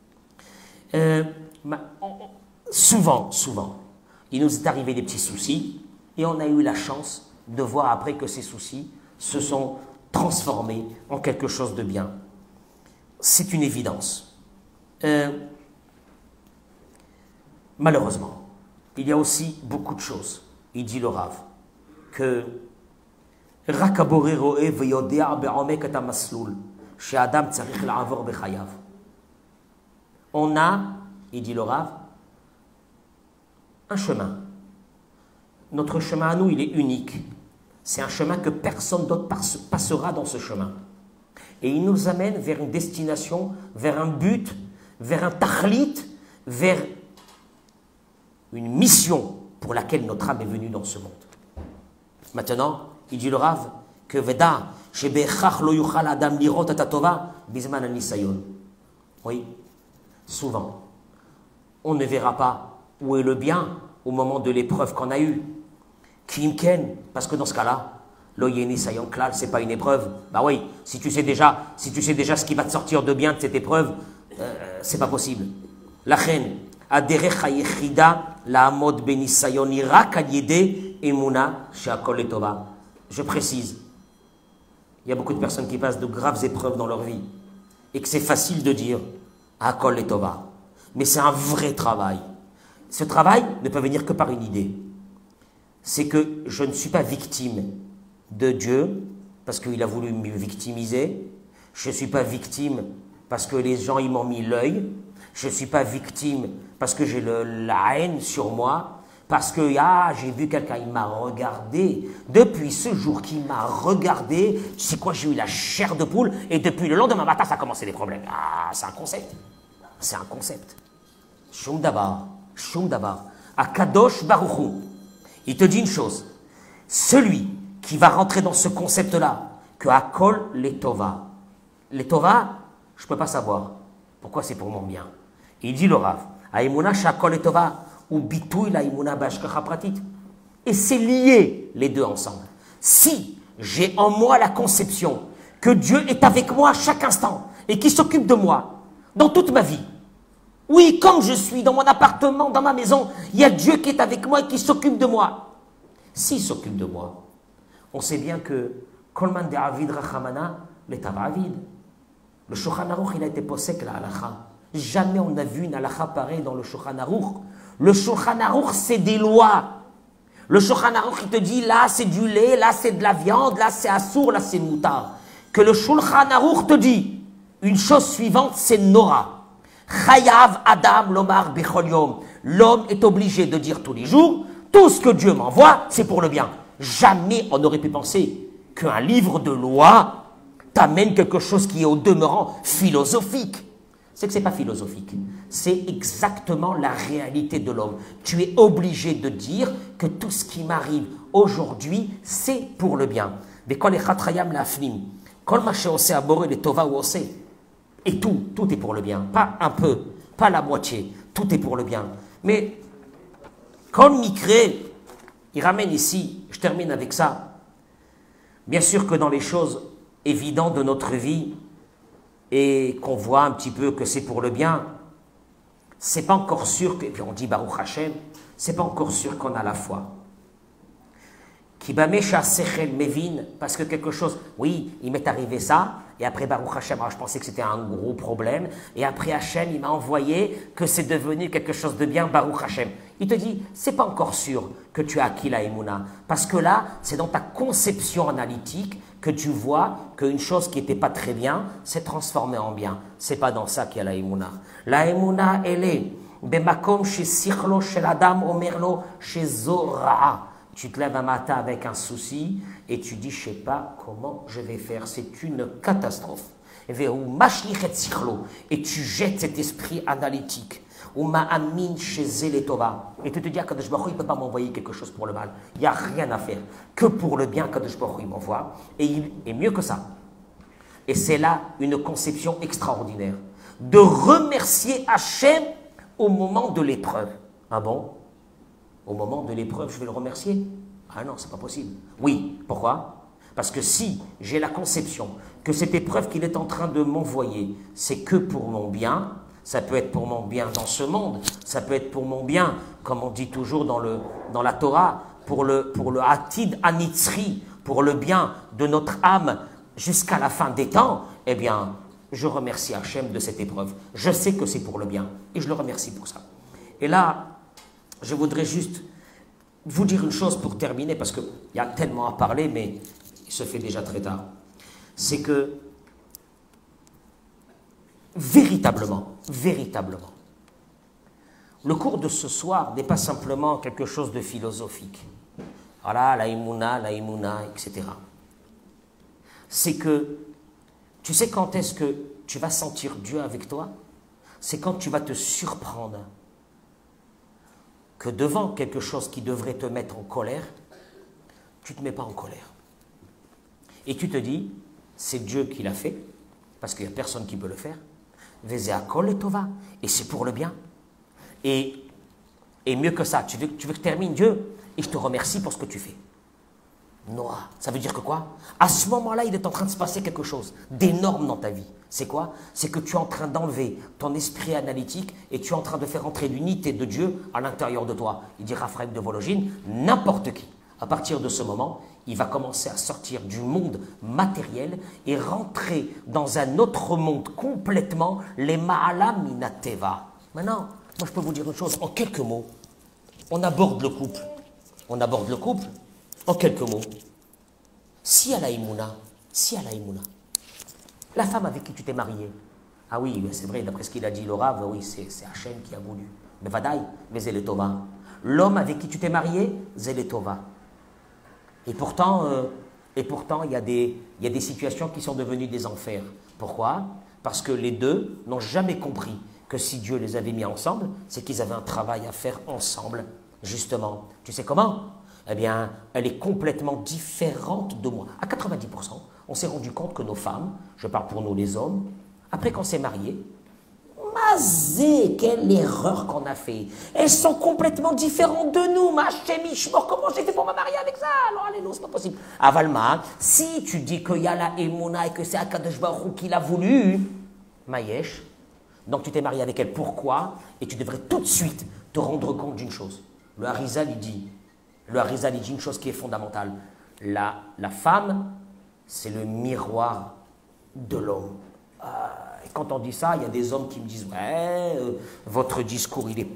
B: Souvent, il nous est arrivé des petits soucis, et on a eu la chance de voir après que ces soucis se sont transformés en quelque chose de bien. C'est une évidence. Malheureusement, il y a aussi beaucoup de choses. Il dit le Rav que on a, il dit le Rav, un chemin. Notre chemin à nous, il est unique. C'est un chemin que personne d'autre passera dans ce chemin. Et il nous amène vers une destination, vers un but, vers un tachlit, vers une mission pour laquelle notre âme est venue dans ce monde. Maintenant, il dit le Rav que Veda, lo yuchal adam lirot atatova bizman anisayon. Oui, souvent, on ne verra pas où est le bien au moment de l'épreuve qu'on a eue. Kimken, parce que dans ce cas-là, l'oyeni sayon klal, c'est pas une épreuve. Bah oui, si tu sais déjà ce qui va te sortir de bien de cette épreuve, c'est pas possible. La reine, aderech hayechida la amod benisayon irak al-yede emuna she'akol letova. Je précise, il y a beaucoup de personnes qui passent de graves épreuves dans leur vie et que c'est facile de dire akol letova, mais c'est un vrai travail. Ce travail ne peut venir que par une idée. C'est que je ne suis pas victime de Dieu parce qu'il a voulu me victimiser. Je ne suis pas victime parce que les gens ils m'ont mis l'œil. Je ne suis pas victime parce que j'ai la haine sur moi. Parce que j'ai vu quelqu'un, il m'a regardé. Depuis ce jour qu'il m'a regardé, tu sais quoi, j'ai eu la chair de poule. Et depuis le lendemain matin, ça a commencé les problèmes. C'est un concept. C'est un concept. Shum davar. Akadosh Baruchu. Il te dit une chose, celui qui va rentrer dans ce concept-là, que Akol Letova. Letova, je ne peux pas savoir. Pourquoi c'est pour mon bien? Il dit le Rav, Aïmouna Shakol Letova, ou Bitouy la Aïmouna Bashkacha Pratit. Et c'est lié les deux ensemble. Si j'ai en moi la conception que Dieu est avec moi à chaque instant et qui s'occupe de moi dans toute ma vie, oui, comme je suis dans mon appartement, dans ma maison, il y a Dieu qui est avec moi et qui s'occupe de moi. S'il s'occupe de moi, on sait bien que Kolman de Avid Rachamana, l'état Avid. Le Shulchan Aruch, il a été posé que la halakha. Jamais on n'a vu une halakha pareille dans le Shulchan Aruch. Le Shulchan Aruch, c'est des lois. Le Shulchan Aruch, il te dit, là c'est du lait, là c'est de la viande, là c'est assour, là c'est moutar. Que le Shulchan Aruch te dit, une chose suivante, c'est Nora. Chayav Adam Lomar Bechol Yom. L'homme est obligé de dire tous les jours, tout ce que Dieu m'envoie, c'est pour le bien. Jamais on n'aurait pu penser qu'un livre de loi t'amène quelque chose qui est au demeurant philosophique. C'est que ce n'est pas philosophique. C'est exactement la réalité de l'homme. Tu es obligé de dire que tout ce qui m'arrive aujourd'hui, c'est pour le bien. Et tout est pour le bien. Pas un peu, pas la moitié. Tout est pour le bien. Mais quand Mikré, il ramène ici, je termine avec ça. Bien sûr que dans les choses évidentes de notre vie, et qu'on voit un petit peu que c'est pour le bien, c'est pas encore sûr que, et puis on dit Baruch Hashem, c'est pas encore sûr qu'on a la foi. Kibamesha Sechel Mevin, parce que quelque chose, oui, il m'est arrivé ça, et après Baruch Hashem, alors je pensais que c'était un gros problème, et après Hashem, il m'a envoyé que c'est devenu quelque chose de bien, Baruch Hashem. Il te dit, c'est pas encore sûr que tu as acquis la Emouna, parce que là, c'est dans ta conception analytique que tu vois qu'une chose qui n'était pas très bien s'est transformée en bien. C'est pas dans ça qu'il y a la Emouna. La Emouna, elle est Bemakom chez Sichlo, chez l'Adam, Omerlo, chez Zora. Tu te lèves un matin avec un souci et tu dis, je ne sais pas comment je vais faire. C'est une catastrophe. Et tu jettes cet esprit analytique. Et tu te dis, Kadosh Baruch Hu, il ne peut pas m'envoyer quelque chose pour le mal. Il n'y a rien à faire. Que pour le bien, Kadosh Baruch Hu, il m'envoie. Et mieux que ça. Et c'est là une conception extraordinaire. De remercier Hachem au moment de l'épreuve. Ah bon? Au moment de l'épreuve, je vais le remercier. Ah non, c'est pas possible. Oui, pourquoi? Parce que si j'ai la conception que cette épreuve qu'il est en train de m'envoyer, c'est que pour mon bien, ça peut être pour mon bien dans ce monde, ça peut être pour mon bien, comme on dit toujours dans la Torah, pour le Atid Anitzri, pour le bien de notre âme jusqu'à la fin des temps, eh bien, je remercie Hachem de cette épreuve. Je sais que c'est pour le bien et je le remercie pour ça. Et là, je voudrais juste vous dire une chose pour terminer, parce qu'il y a tellement à parler, mais il se fait déjà très tard. C'est que, véritablement, le cours de ce soir n'est pas simplement quelque chose de philosophique. Voilà, la Emouna, etc. C'est que, tu sais quand est-ce que tu vas sentir Dieu avec toi? C'est quand tu vas te surprendre que devant quelque chose qui devrait te mettre en colère, tu ne te mets pas en colère. Et tu te dis, c'est Dieu qui l'a fait, parce qu'il n'y a personne qui peut le faire. Vezéakol et Tova, et c'est pour le bien. Et mieux que ça, tu veux que je termine, Dieu, et je te remercie pour ce que tu fais. Noah, ça veut dire que quoi? À ce moment-là, il est en train de se passer quelque chose d'énorme dans ta vie. C'est quoi? C'est que tu es en train d'enlever ton esprit analytique et tu es en train de faire entrer l'unité de Dieu à l'intérieur de toi. Il dit Raphaël de Vologine, n'importe qui, à partir de ce moment, il va commencer à sortir du monde matériel et rentrer dans un autre monde complètement, les Ma'ala Minateva. Maintenant, moi je peux vous dire une chose, en quelques mots, on aborde le couple. En quelques mots. Si à la Emouna, la femme avec qui tu t'es marié, ah oui, c'est vrai, d'après ce qu'il a dit le Rav, oui, c'est Hachem qui a voulu. Mais Vadaï, mais Zeletova. L'homme avec qui tu t'es marié, Zeletova. Et pourtant, il y a des situations qui sont devenues des enfers. Pourquoi? Parce que les deux n'ont jamais compris que si Dieu les avait mis ensemble, c'est qu'ils avaient un travail à faire ensemble, justement. Tu sais comment? Eh bien, elle est complètement différente de moi. À 90%, on s'est rendu compte que nos femmes, je parle pour nous les hommes, après qu'on s'est mariés, mazé, quelle erreur qu'on a fait. Elles sont complètement différentes de nous. Ma chémichmor, comment j'ai fait pour me marier avec ça? Alors, allez, non, c'est pas possible. Avalma, si tu dis qu'il y a la Emouna et que c'est Akadosh Baruch Hu qui l'a voulu, Mayesh, donc tu t'es marié avec elle, pourquoi? Et tu devrais tout de suite te rendre compte d'une chose. Le Harizal, il dit une chose qui est fondamentale. La femme, c'est le miroir de l'homme. Et quand on dit ça, il y a des hommes qui me disent « Ouais, votre discours, il est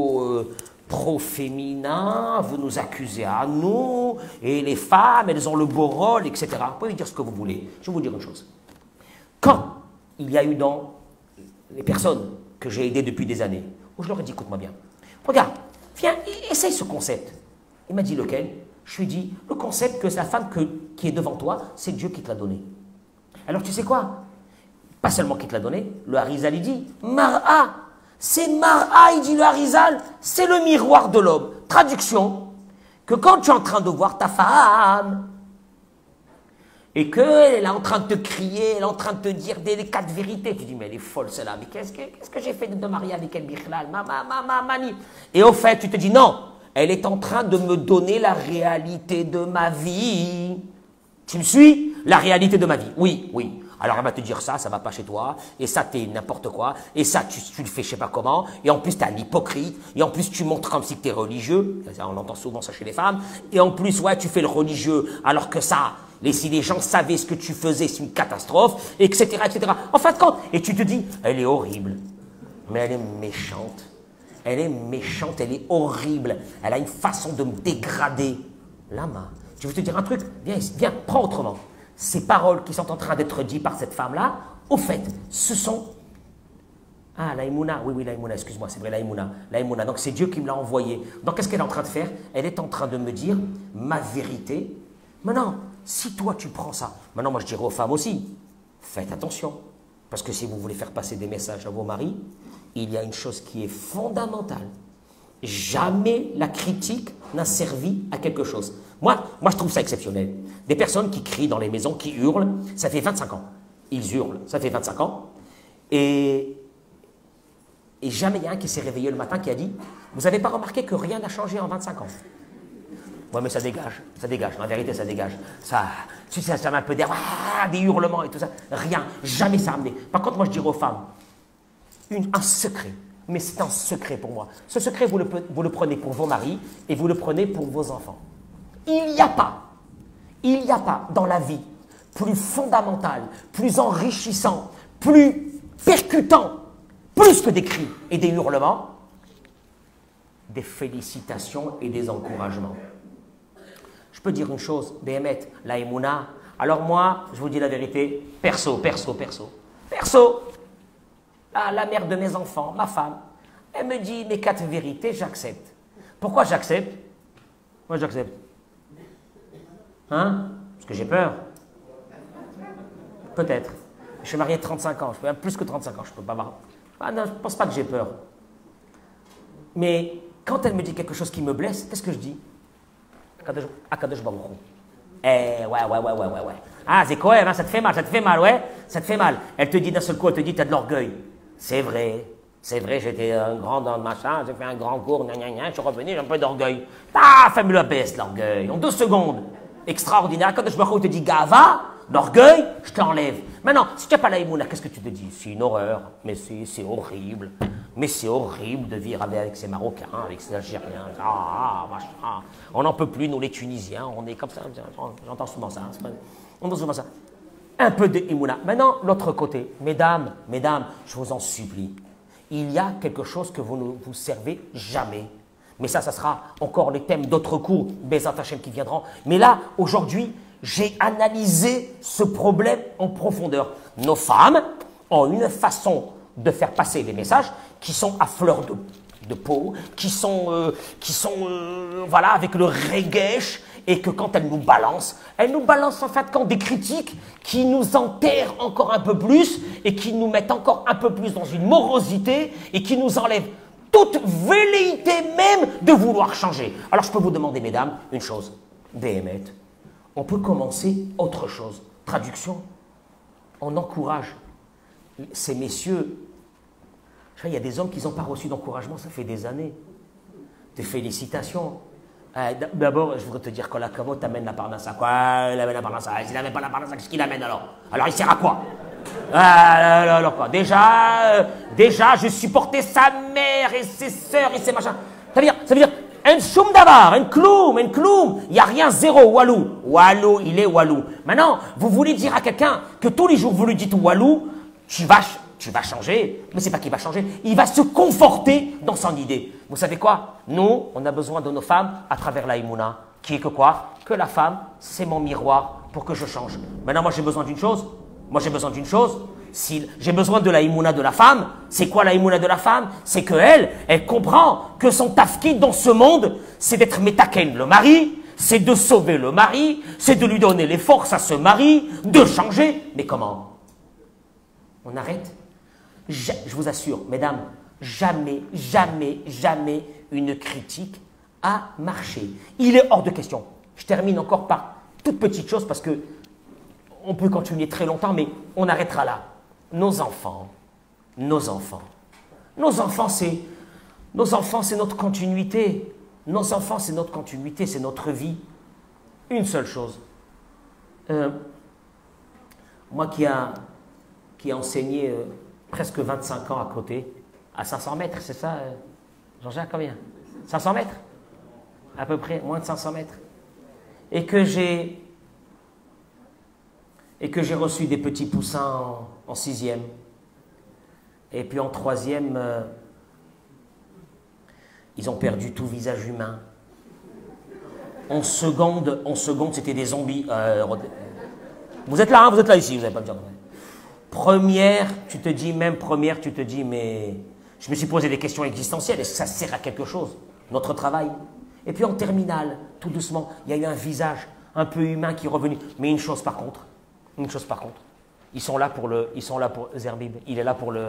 B: pro-féminin, vous nous accusez à nous, et les femmes, elles ont le beau rôle, etc. » Vous pouvez dire ce que vous voulez. Je vais vous dire une chose. Quand il y a eu dans les personnes que j'ai aidées depuis des années, où je leur ai dit « Écoute-moi bien, regarde, viens, essaye ce concept. » Il m'a dit lequel? Je lui ai dit, le concept que la femme qui est devant toi, c'est Dieu qui te l'a donné. Alors tu sais quoi? Pas seulement qui te l'a donné, le Harizal il dit, Mar'a, c'est Mar'a, il dit le Harizal, c'est le miroir de l'homme. Traduction, que quand tu es en train de voir ta femme, et qu'elle est en train de te crier, elle est en train de te dire des quatre vérités, tu dis, mais elle est folle celle-là, mais qu'est-ce que j'ai fait de marier avec elle, Bichlal, mani. Et au fait, tu te dis, non, elle est en train de me donner la réalité de ma vie. Tu me suis? La réalité de ma vie. Oui. Alors elle va te dire ça va pas chez toi, et ça t'es n'importe quoi, et ça tu le fais je sais pas comment, et en plus t'es un hypocrite, et en plus tu montres comme si t'es religieux, on entend souvent ça chez les femmes, et en plus ouais tu fais le religieux, alors que ça, si les gens savaient ce que tu faisais, c'est une catastrophe, etc. En fin de compte, et tu te dis, elle est horrible, mais elle est méchante. Elle est horrible. Elle a une façon de me dégrader. Lama, je veux te dire un truc, viens, prends autrement. Ces paroles qui sont en train d'être dites par cette femme-là, au fait, ce sont... Ah, la Emouna, oui, la Emouna, excuse-moi, c'est vrai, la Emouna. Donc c'est Dieu qui me l'a envoyé. Donc qu'est-ce qu'elle est en train de faire? Elle est en train de me dire ma vérité. Maintenant, si toi tu prends ça, maintenant moi je dirais aux femmes aussi, faites attention. Parce que si vous voulez faire passer des messages à vos maris, il y a une chose qui est fondamentale. Jamais la critique n'a servi à quelque chose. Moi, je trouve ça exceptionnel. Des personnes qui crient dans les maisons, qui hurlent, ça fait 25 ans. Ils hurlent, ça fait 25 ans. Et jamais il y a un qui s'est réveillé le matin qui a dit « Vous n'avez pas remarqué que rien n'a changé en 25 ans ?» Ouais, mais ça dégage, en vérité, ça dégage. Ça met un peu d'air, des hurlements et tout ça. Rien, jamais ça a amené. Par contre, moi, je dirais aux femmes, un secret, mais c'est un secret pour moi. Ce secret, vous le prenez pour vos maris et vous le prenez pour vos enfants. Il n'y a pas dans la vie plus fondamental, plus enrichissant, plus percutant, plus que des cris et des hurlements, des félicitations et des encouragements. Je peux dire une chose, Béhémet, la Emouna. Alors moi, je vous dis la vérité, perso. La mère de mes enfants, ma femme, elle me dit les 4 vérités, j'accepte. Pourquoi j'accepte? Moi, j'accepte. Hein? Parce que j'ai peur. Peut-être. Je suis marié de 35 ans, je peux même plus que 35 ans, je ne peux pas voir. Ah non, je ne pense pas que j'ai peur. Mais quand elle me dit quelque chose qui me blesse, qu'est-ce que je dis? Akadosh Baruch Hu. Ouais. Ah, c'est quoi, hein, ça te fait mal, ouais, ça te fait mal. Elle te dit d'un seul coup, elle te dit, tu as de l'orgueil. C'est vrai, j'étais un grand dans le machin, j'ai fait un grand cours, je suis revenu, j'ai un peu d'orgueil. Ah, fais-moi la baisse, l'orgueil, en 2 secondes. Extraordinaire. Akadosh Baruch Hu te dit, Gava, l'orgueil, je t'enlève. Maintenant, si tu n'as pas la Emouna, qu'est-ce que tu te dis? C'est une horreur, mais c'est horrible. Mais c'est horrible de vivre avec ces Marocains, avec ces Algériens. Machin. On n'en peut plus, nous les Tunisiens, on est comme ça. J'entends souvent ça. On entend souvent ça. Un peu de Emouna. Maintenant, l'autre côté. Mesdames, je vous en supplie. Il y a quelque chose que vous ne vous servez jamais. Mais ça sera encore les thèmes d'autres cours, Bezat Hashem qui viendront. Mais là, aujourd'hui, j'ai analysé ce problème en profondeur. Nos femmes ont une façon de faire passer les messages qui sont à fleur de peau, qui sont voilà, avec le regesh, et que quand elles nous balancent en fait quand des critiques qui nous enterrent encore un peu plus et qui nous mettent encore un peu plus dans une morosité et qui nous enlèvent toute velléité même de vouloir changer. Alors je peux vous demander, mesdames, une chose, Béhémet, on peut commencer autre chose. Traduction, on encourage ces messieurs. Je sais, il y a des hommes qui n'ont pas reçu d'encouragement, ça fait des années. Des félicitations. D'abord, je voudrais te dire que la Kavod t'amène la parnassa. Quoi? Il amène la parnassa. S'il n'amène pas la parnassa, qu'est-ce qu'il amène alors? Alors il sert à quoi? Alors quoi? Déjà, je supportais sa mère et ses sœurs et ses machins. Ça veut dire, un choum d'avar, un cloum. Il n'y a rien, zéro, walou. Walou, il est walou. Maintenant, vous voulez dire à quelqu'un que tous les jours vous lui dites walou, tu vas changer, mais c'est pas qu'il va changer, il va se conforter dans son idée. Vous savez quoi? Nous, on a besoin de nos femmes à travers la Emouna, qui est que quoi? Que la femme, c'est mon miroir pour que je change. Maintenant, moi j'ai besoin d'une chose. Si j'ai besoin de la Emouna de la femme, c'est quoi la Emouna de la femme? C'est qu'elle comprend que son tafkid dans ce monde, c'est d'être metaken le mari, c'est de sauver le mari, c'est de lui donner les forces à ce mari, de changer. Mais comment? On arrête? Je vous assure, mesdames, jamais une critique a marché. Il est hors de question. Je termine encore par toute petite chose parce que on peut continuer très longtemps, mais on arrêtera là. Nos enfants, c'est notre continuité. Nos enfants, c'est notre continuité, c'est notre vie. Une seule chose. Moi qui ai enseigné presque 25 ans à côté, à 500 mètres, c'est ça, Jean-Jacques, combien? 500 mètres? À peu près, moins de 500 mètres. Et que j'ai reçu des petits poussins en 6e. Et puis en 3e, ils ont perdu tout visage humain. En seconde, c'était des zombies. Vous êtes là, hein, vous êtes là ici, vous n'avez pas besoin de dire. Première, tu te dis, mais je me suis posé des questions existentielles. Est-ce que ça sert à quelque chose, notre travail? Et puis en terminale, tout doucement, il y a eu un visage un peu humain qui est revenu. Mais une chose par contre, ils sont là pour Zerbib, il est là pour le...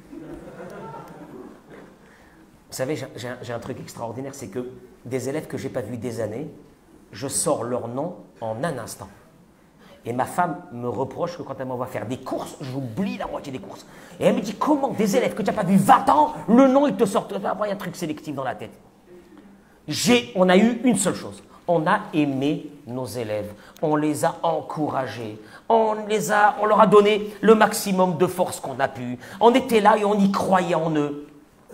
B: Vous savez, j'ai un truc extraordinaire, c'est que des élèves que je n'ai pas vus des années, je sors leur nom en un instant. Et ma femme me reproche que quand elle m'envoie faire des courses, j'oublie la moitié des courses. Et elle me dit, comment des élèves que tu n'as pas vus 20 ans, le nom, il te sort. Il y a un truc sélectif dans la tête. On a eu une seule chose. On a aimé nos élèves, on les a encouragés, on leur a donné le maximum de force qu'on a pu. On était là et on y croyait en eux.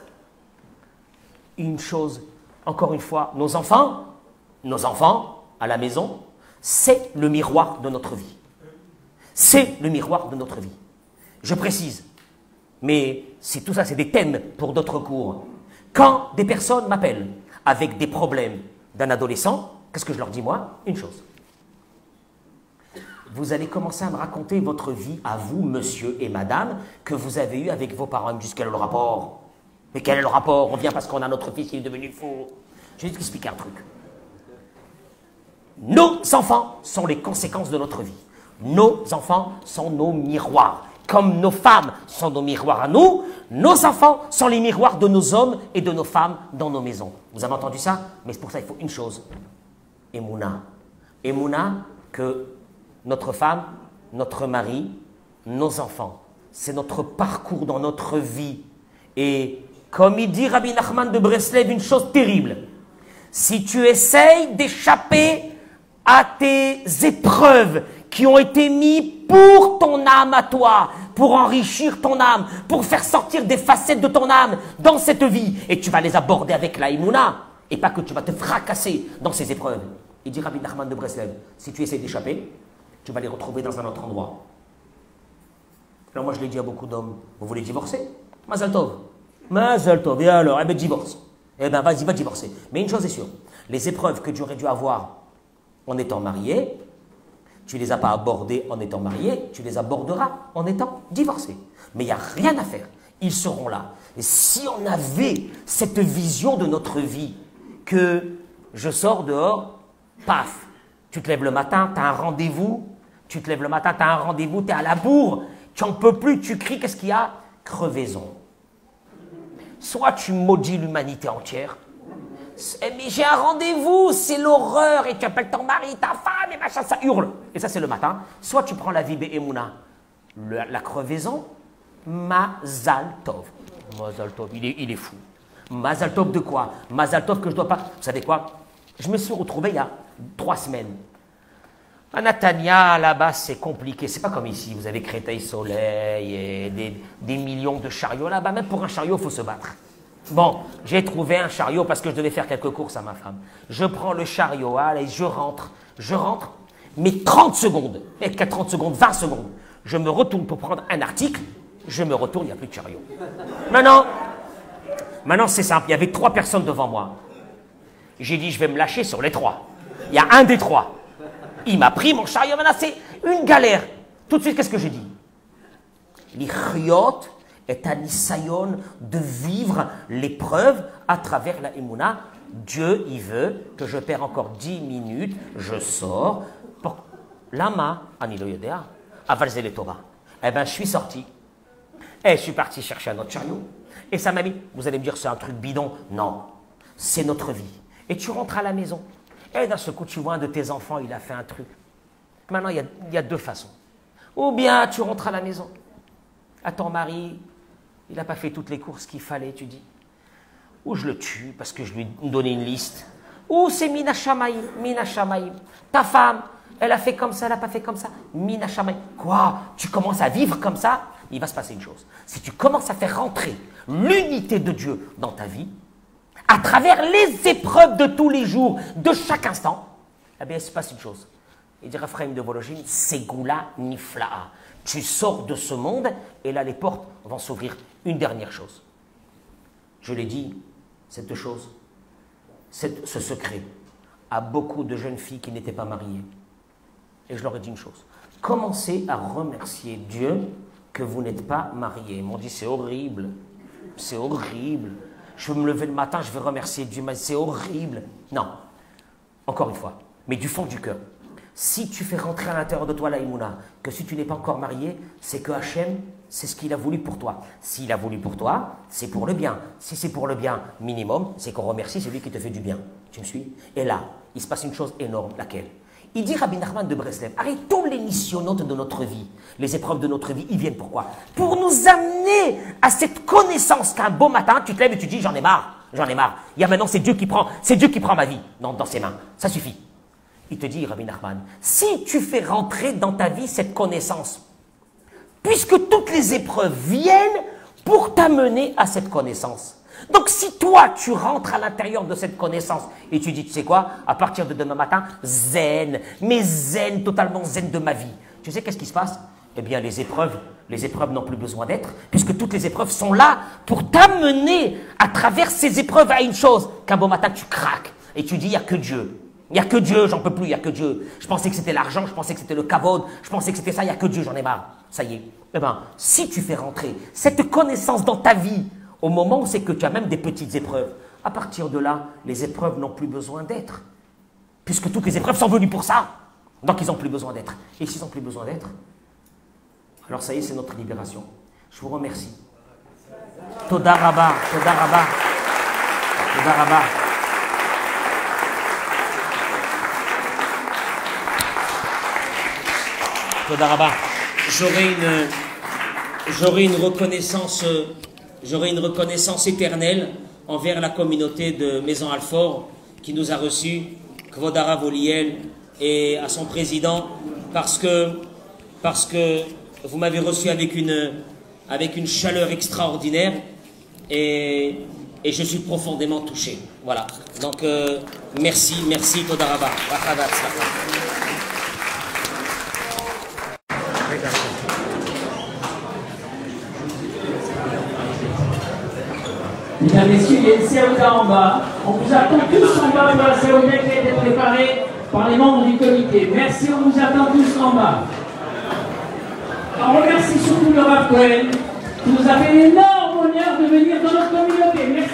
B: Une chose, encore une fois, nos enfants, à la maison, c'est le miroir de notre vie. C'est le miroir de notre vie. Je précise, mais tout ça, c'est des thèmes pour d'autres cours. Quand des personnes m'appellent avec des problèmes d'un adolescent, qu'est-ce que je leur dis, moi? Une chose. Vous allez commencer à me raconter votre vie à vous, monsieur et madame, que vous avez eu avec vos parents. Ils me disent, quel est le rapport? Mais quel est le rapport? On vient parce qu'on a notre fils qui est devenu fou. Je vais t'expliquer un truc. Nos enfants sont les conséquences de notre vie. Nos enfants sont nos miroirs. Comme nos femmes sont nos miroirs à nous, nos enfants sont les miroirs de nos hommes et de nos femmes dans nos maisons. Vous avez entendu ça? Mais c'est pour ça qu'il faut une chose. Emouna. Emouna, que notre femme, notre mari, nos enfants, c'est notre parcours dans notre vie. Et comme il dit Rabbi Nachman de Breslev, une chose terrible. Si tu essayes d'échapper à tes épreuves qui ont été mises pour ton âme à toi, pour enrichir ton âme, pour faire sortir des facettes de ton âme dans cette vie, et tu vas les aborder avec la Emouna, et pas que tu vas te fracasser dans ces épreuves. Il dit Rabbi Nachman de Breslev, si tu essaies d'échapper, tu vas les retrouver dans un autre endroit. Alors moi je l'ai dit à beaucoup d'hommes, vous voulez divorcer? Mazal Tov. Mazal Tov, et alors, eh bien divorce. Eh bien vas-y, va divorcer. Mais une chose est sûre, les épreuves que tu aurais dû avoir en étant marié, tu ne les as pas abordées en étant marié, tu les aborderas en étant divorcé. Mais il n'y a rien à faire, ils seront là. Et si on avait cette vision de notre vie, que je sors dehors, paf, tu te lèves le matin, tu as un rendez-vous, tu te lèves le matin, tu as un rendez-vous, tu es à la bourre, tu n'en peux plus, tu cries, qu'est-ce qu'il y a? Crevaison. Soit tu maudis l'humanité entière, mais j'ai un rendez-vous, c'est l'horreur, et tu appelles ton mari, ta femme, et machin, ça hurle. Et ça, c'est le matin. Soit tu prends la vie Be'emouna, la crevaison, Mazal Tov. Mazal Tov, il est fou. Mazal Tov de quoi? Mazal Tov que je dois pas. Vous savez quoi? Je me suis retrouvé il y a 3 semaines. À Natania, là-bas, c'est compliqué. C'est pas comme ici, vous avez Créteil Soleil et des millions de chariots. Là-bas, même pour un chariot, il faut se battre. Bon, j'ai trouvé un chariot parce que je devais faire quelques courses à ma femme. Je prends le chariot, allez, je rentre, mais 30 secondes, et 30 secondes, 20 secondes, je me retourne pour prendre un article, je me retourne, il n'y a plus de chariot. Maintenant c'est simple, il y avait 3 personnes devant moi. J'ai dit, je vais me lâcher sur les 3. Il y a un des 3. Il m'a pris mon chariot, maintenant c'est une galère. Tout de suite, qu'est-ce que j'ai dit? L'ichyot est un isayon de vivre l'épreuve à travers la Emouna. Dieu, il veut que je perds encore 10 minutes, je sors. Lama, Anilo Yodea, Avalze le Torah. Eh bien, je suis sorti. Et je suis parti chercher un autre chariot. Et ça m'a mis, vous allez me dire, c'est un truc bidon. Non, c'est notre vie. Et tu rentres à la maison. Et d'un seul coup, tu vois un de tes enfants, il a fait un truc. Maintenant, il y a 2 façons. Ou bien tu rentres à la maison. À ton mari, il n'a pas fait toutes les courses qu'il fallait, tu dis. Ou je le tue parce que je lui ai donné une liste. Ou c'est Mina Shamaïm. Ta femme, elle a fait comme ça, elle n'a pas fait comme ça. Mina Shamaïm. Quoi? Tu commences à vivre comme ça? Il va se passer une chose. Si tu commences à faire rentrer l'unité de Dieu dans ta vie, à travers les épreuves de tous les jours, de chaque instant, eh bien, il se passe une chose. Il dit Raphaël de Vologine, Segula Nifla'a. Tu sors de ce monde et là, les portes vont s'ouvrir. Une dernière chose. Je l'ai dit, cette chose, ce secret, à beaucoup de jeunes filles qui n'étaient pas mariées. Et je leur ai dit une chose. Commencez à remercier Dieu que vous n'êtes pas mariés. Ils m'ont dit, c'est horrible. C'est horrible. Je vais me lever le matin, je vais remercier Dieu, mais c'est horrible. Non. Encore une fois, mais du fond du cœur. Si tu fais rentrer à l'intérieur de toi la Emouna, que si tu n'es pas encore marié, c'est que Hachem, c'est ce qu'il a voulu pour toi. S'il a voulu pour toi, c'est pour le bien. Si c'est pour le bien minimum, c'est qu'on remercie celui qui te fait du bien. Tu me suis? Et là, il se passe une chose énorme. Laquelle? Il dit Rabbi Nachman de Breslev, arrêtons les missionnotes de notre vie. Les épreuves de notre vie, ils viennent pourquoi? Pour nous amener à cette connaissance qu'un beau matin, tu te lèves et tu dis, j'en ai marre. J'en ai marre. Il y a maintenant, c'est Dieu qui prend ma vie dans ses mains. Ça suffit. Il te dit, Rabbi Nachman, si tu fais rentrer dans ta vie cette connaissance, puisque toutes les épreuves viennent pour t'amener à cette connaissance. Donc si toi, tu rentres à l'intérieur de cette connaissance et tu dis, tu sais quoi, à partir de demain matin, zen, mais zen, totalement zen de ma vie. Tu sais qu'est-ce qui se passe? Eh bien, les épreuves n'ont plus besoin d'être, puisque toutes les épreuves sont là pour t'amener à travers ces épreuves à une chose, qu'un beau matin, tu craques et tu dis, il n'y a que Dieu. Il n'y a que Dieu, j'en peux plus, il n'y a que Dieu. Je pensais que c'était l'argent, je pensais que c'était le kavod, je pensais que c'était ça, il n'y a que Dieu, j'en ai marre. Ça y est. Eh bien, si tu fais rentrer cette connaissance dans ta vie, au moment où c'est que tu as même des petites épreuves, à partir de là, les épreuves n'ont plus besoin d'être. Puisque toutes les épreuves sont venues pour ça. Donc, ils n'ont plus besoin d'être. Et s'ils n'ont plus besoin d'être, alors ça y est, c'est notre libération. Je vous remercie. Toda Rabba, Toda Rabba, Toda Rabba. Toda Rabba. J'aurai une reconnaissance éternelle envers la communauté de Maison Alfort qui nous a reçus, Kvod Harav Oliel, et à son président, parce que vous m'avez reçu avec une chaleur extraordinaire et je suis profondément touché. Voilà. Donc, merci, Toda Rabba.
A: Mesdames, Messieurs, il y a une Séouda en bas. On vous attend tous en bas pour la Séouda qui a été préparée par les membres du comité. Merci, on vous attend tous en bas. On remercie surtout le Rav Cohen qui nous a fait l'énorme honneur de venir dans notre communauté. Merci.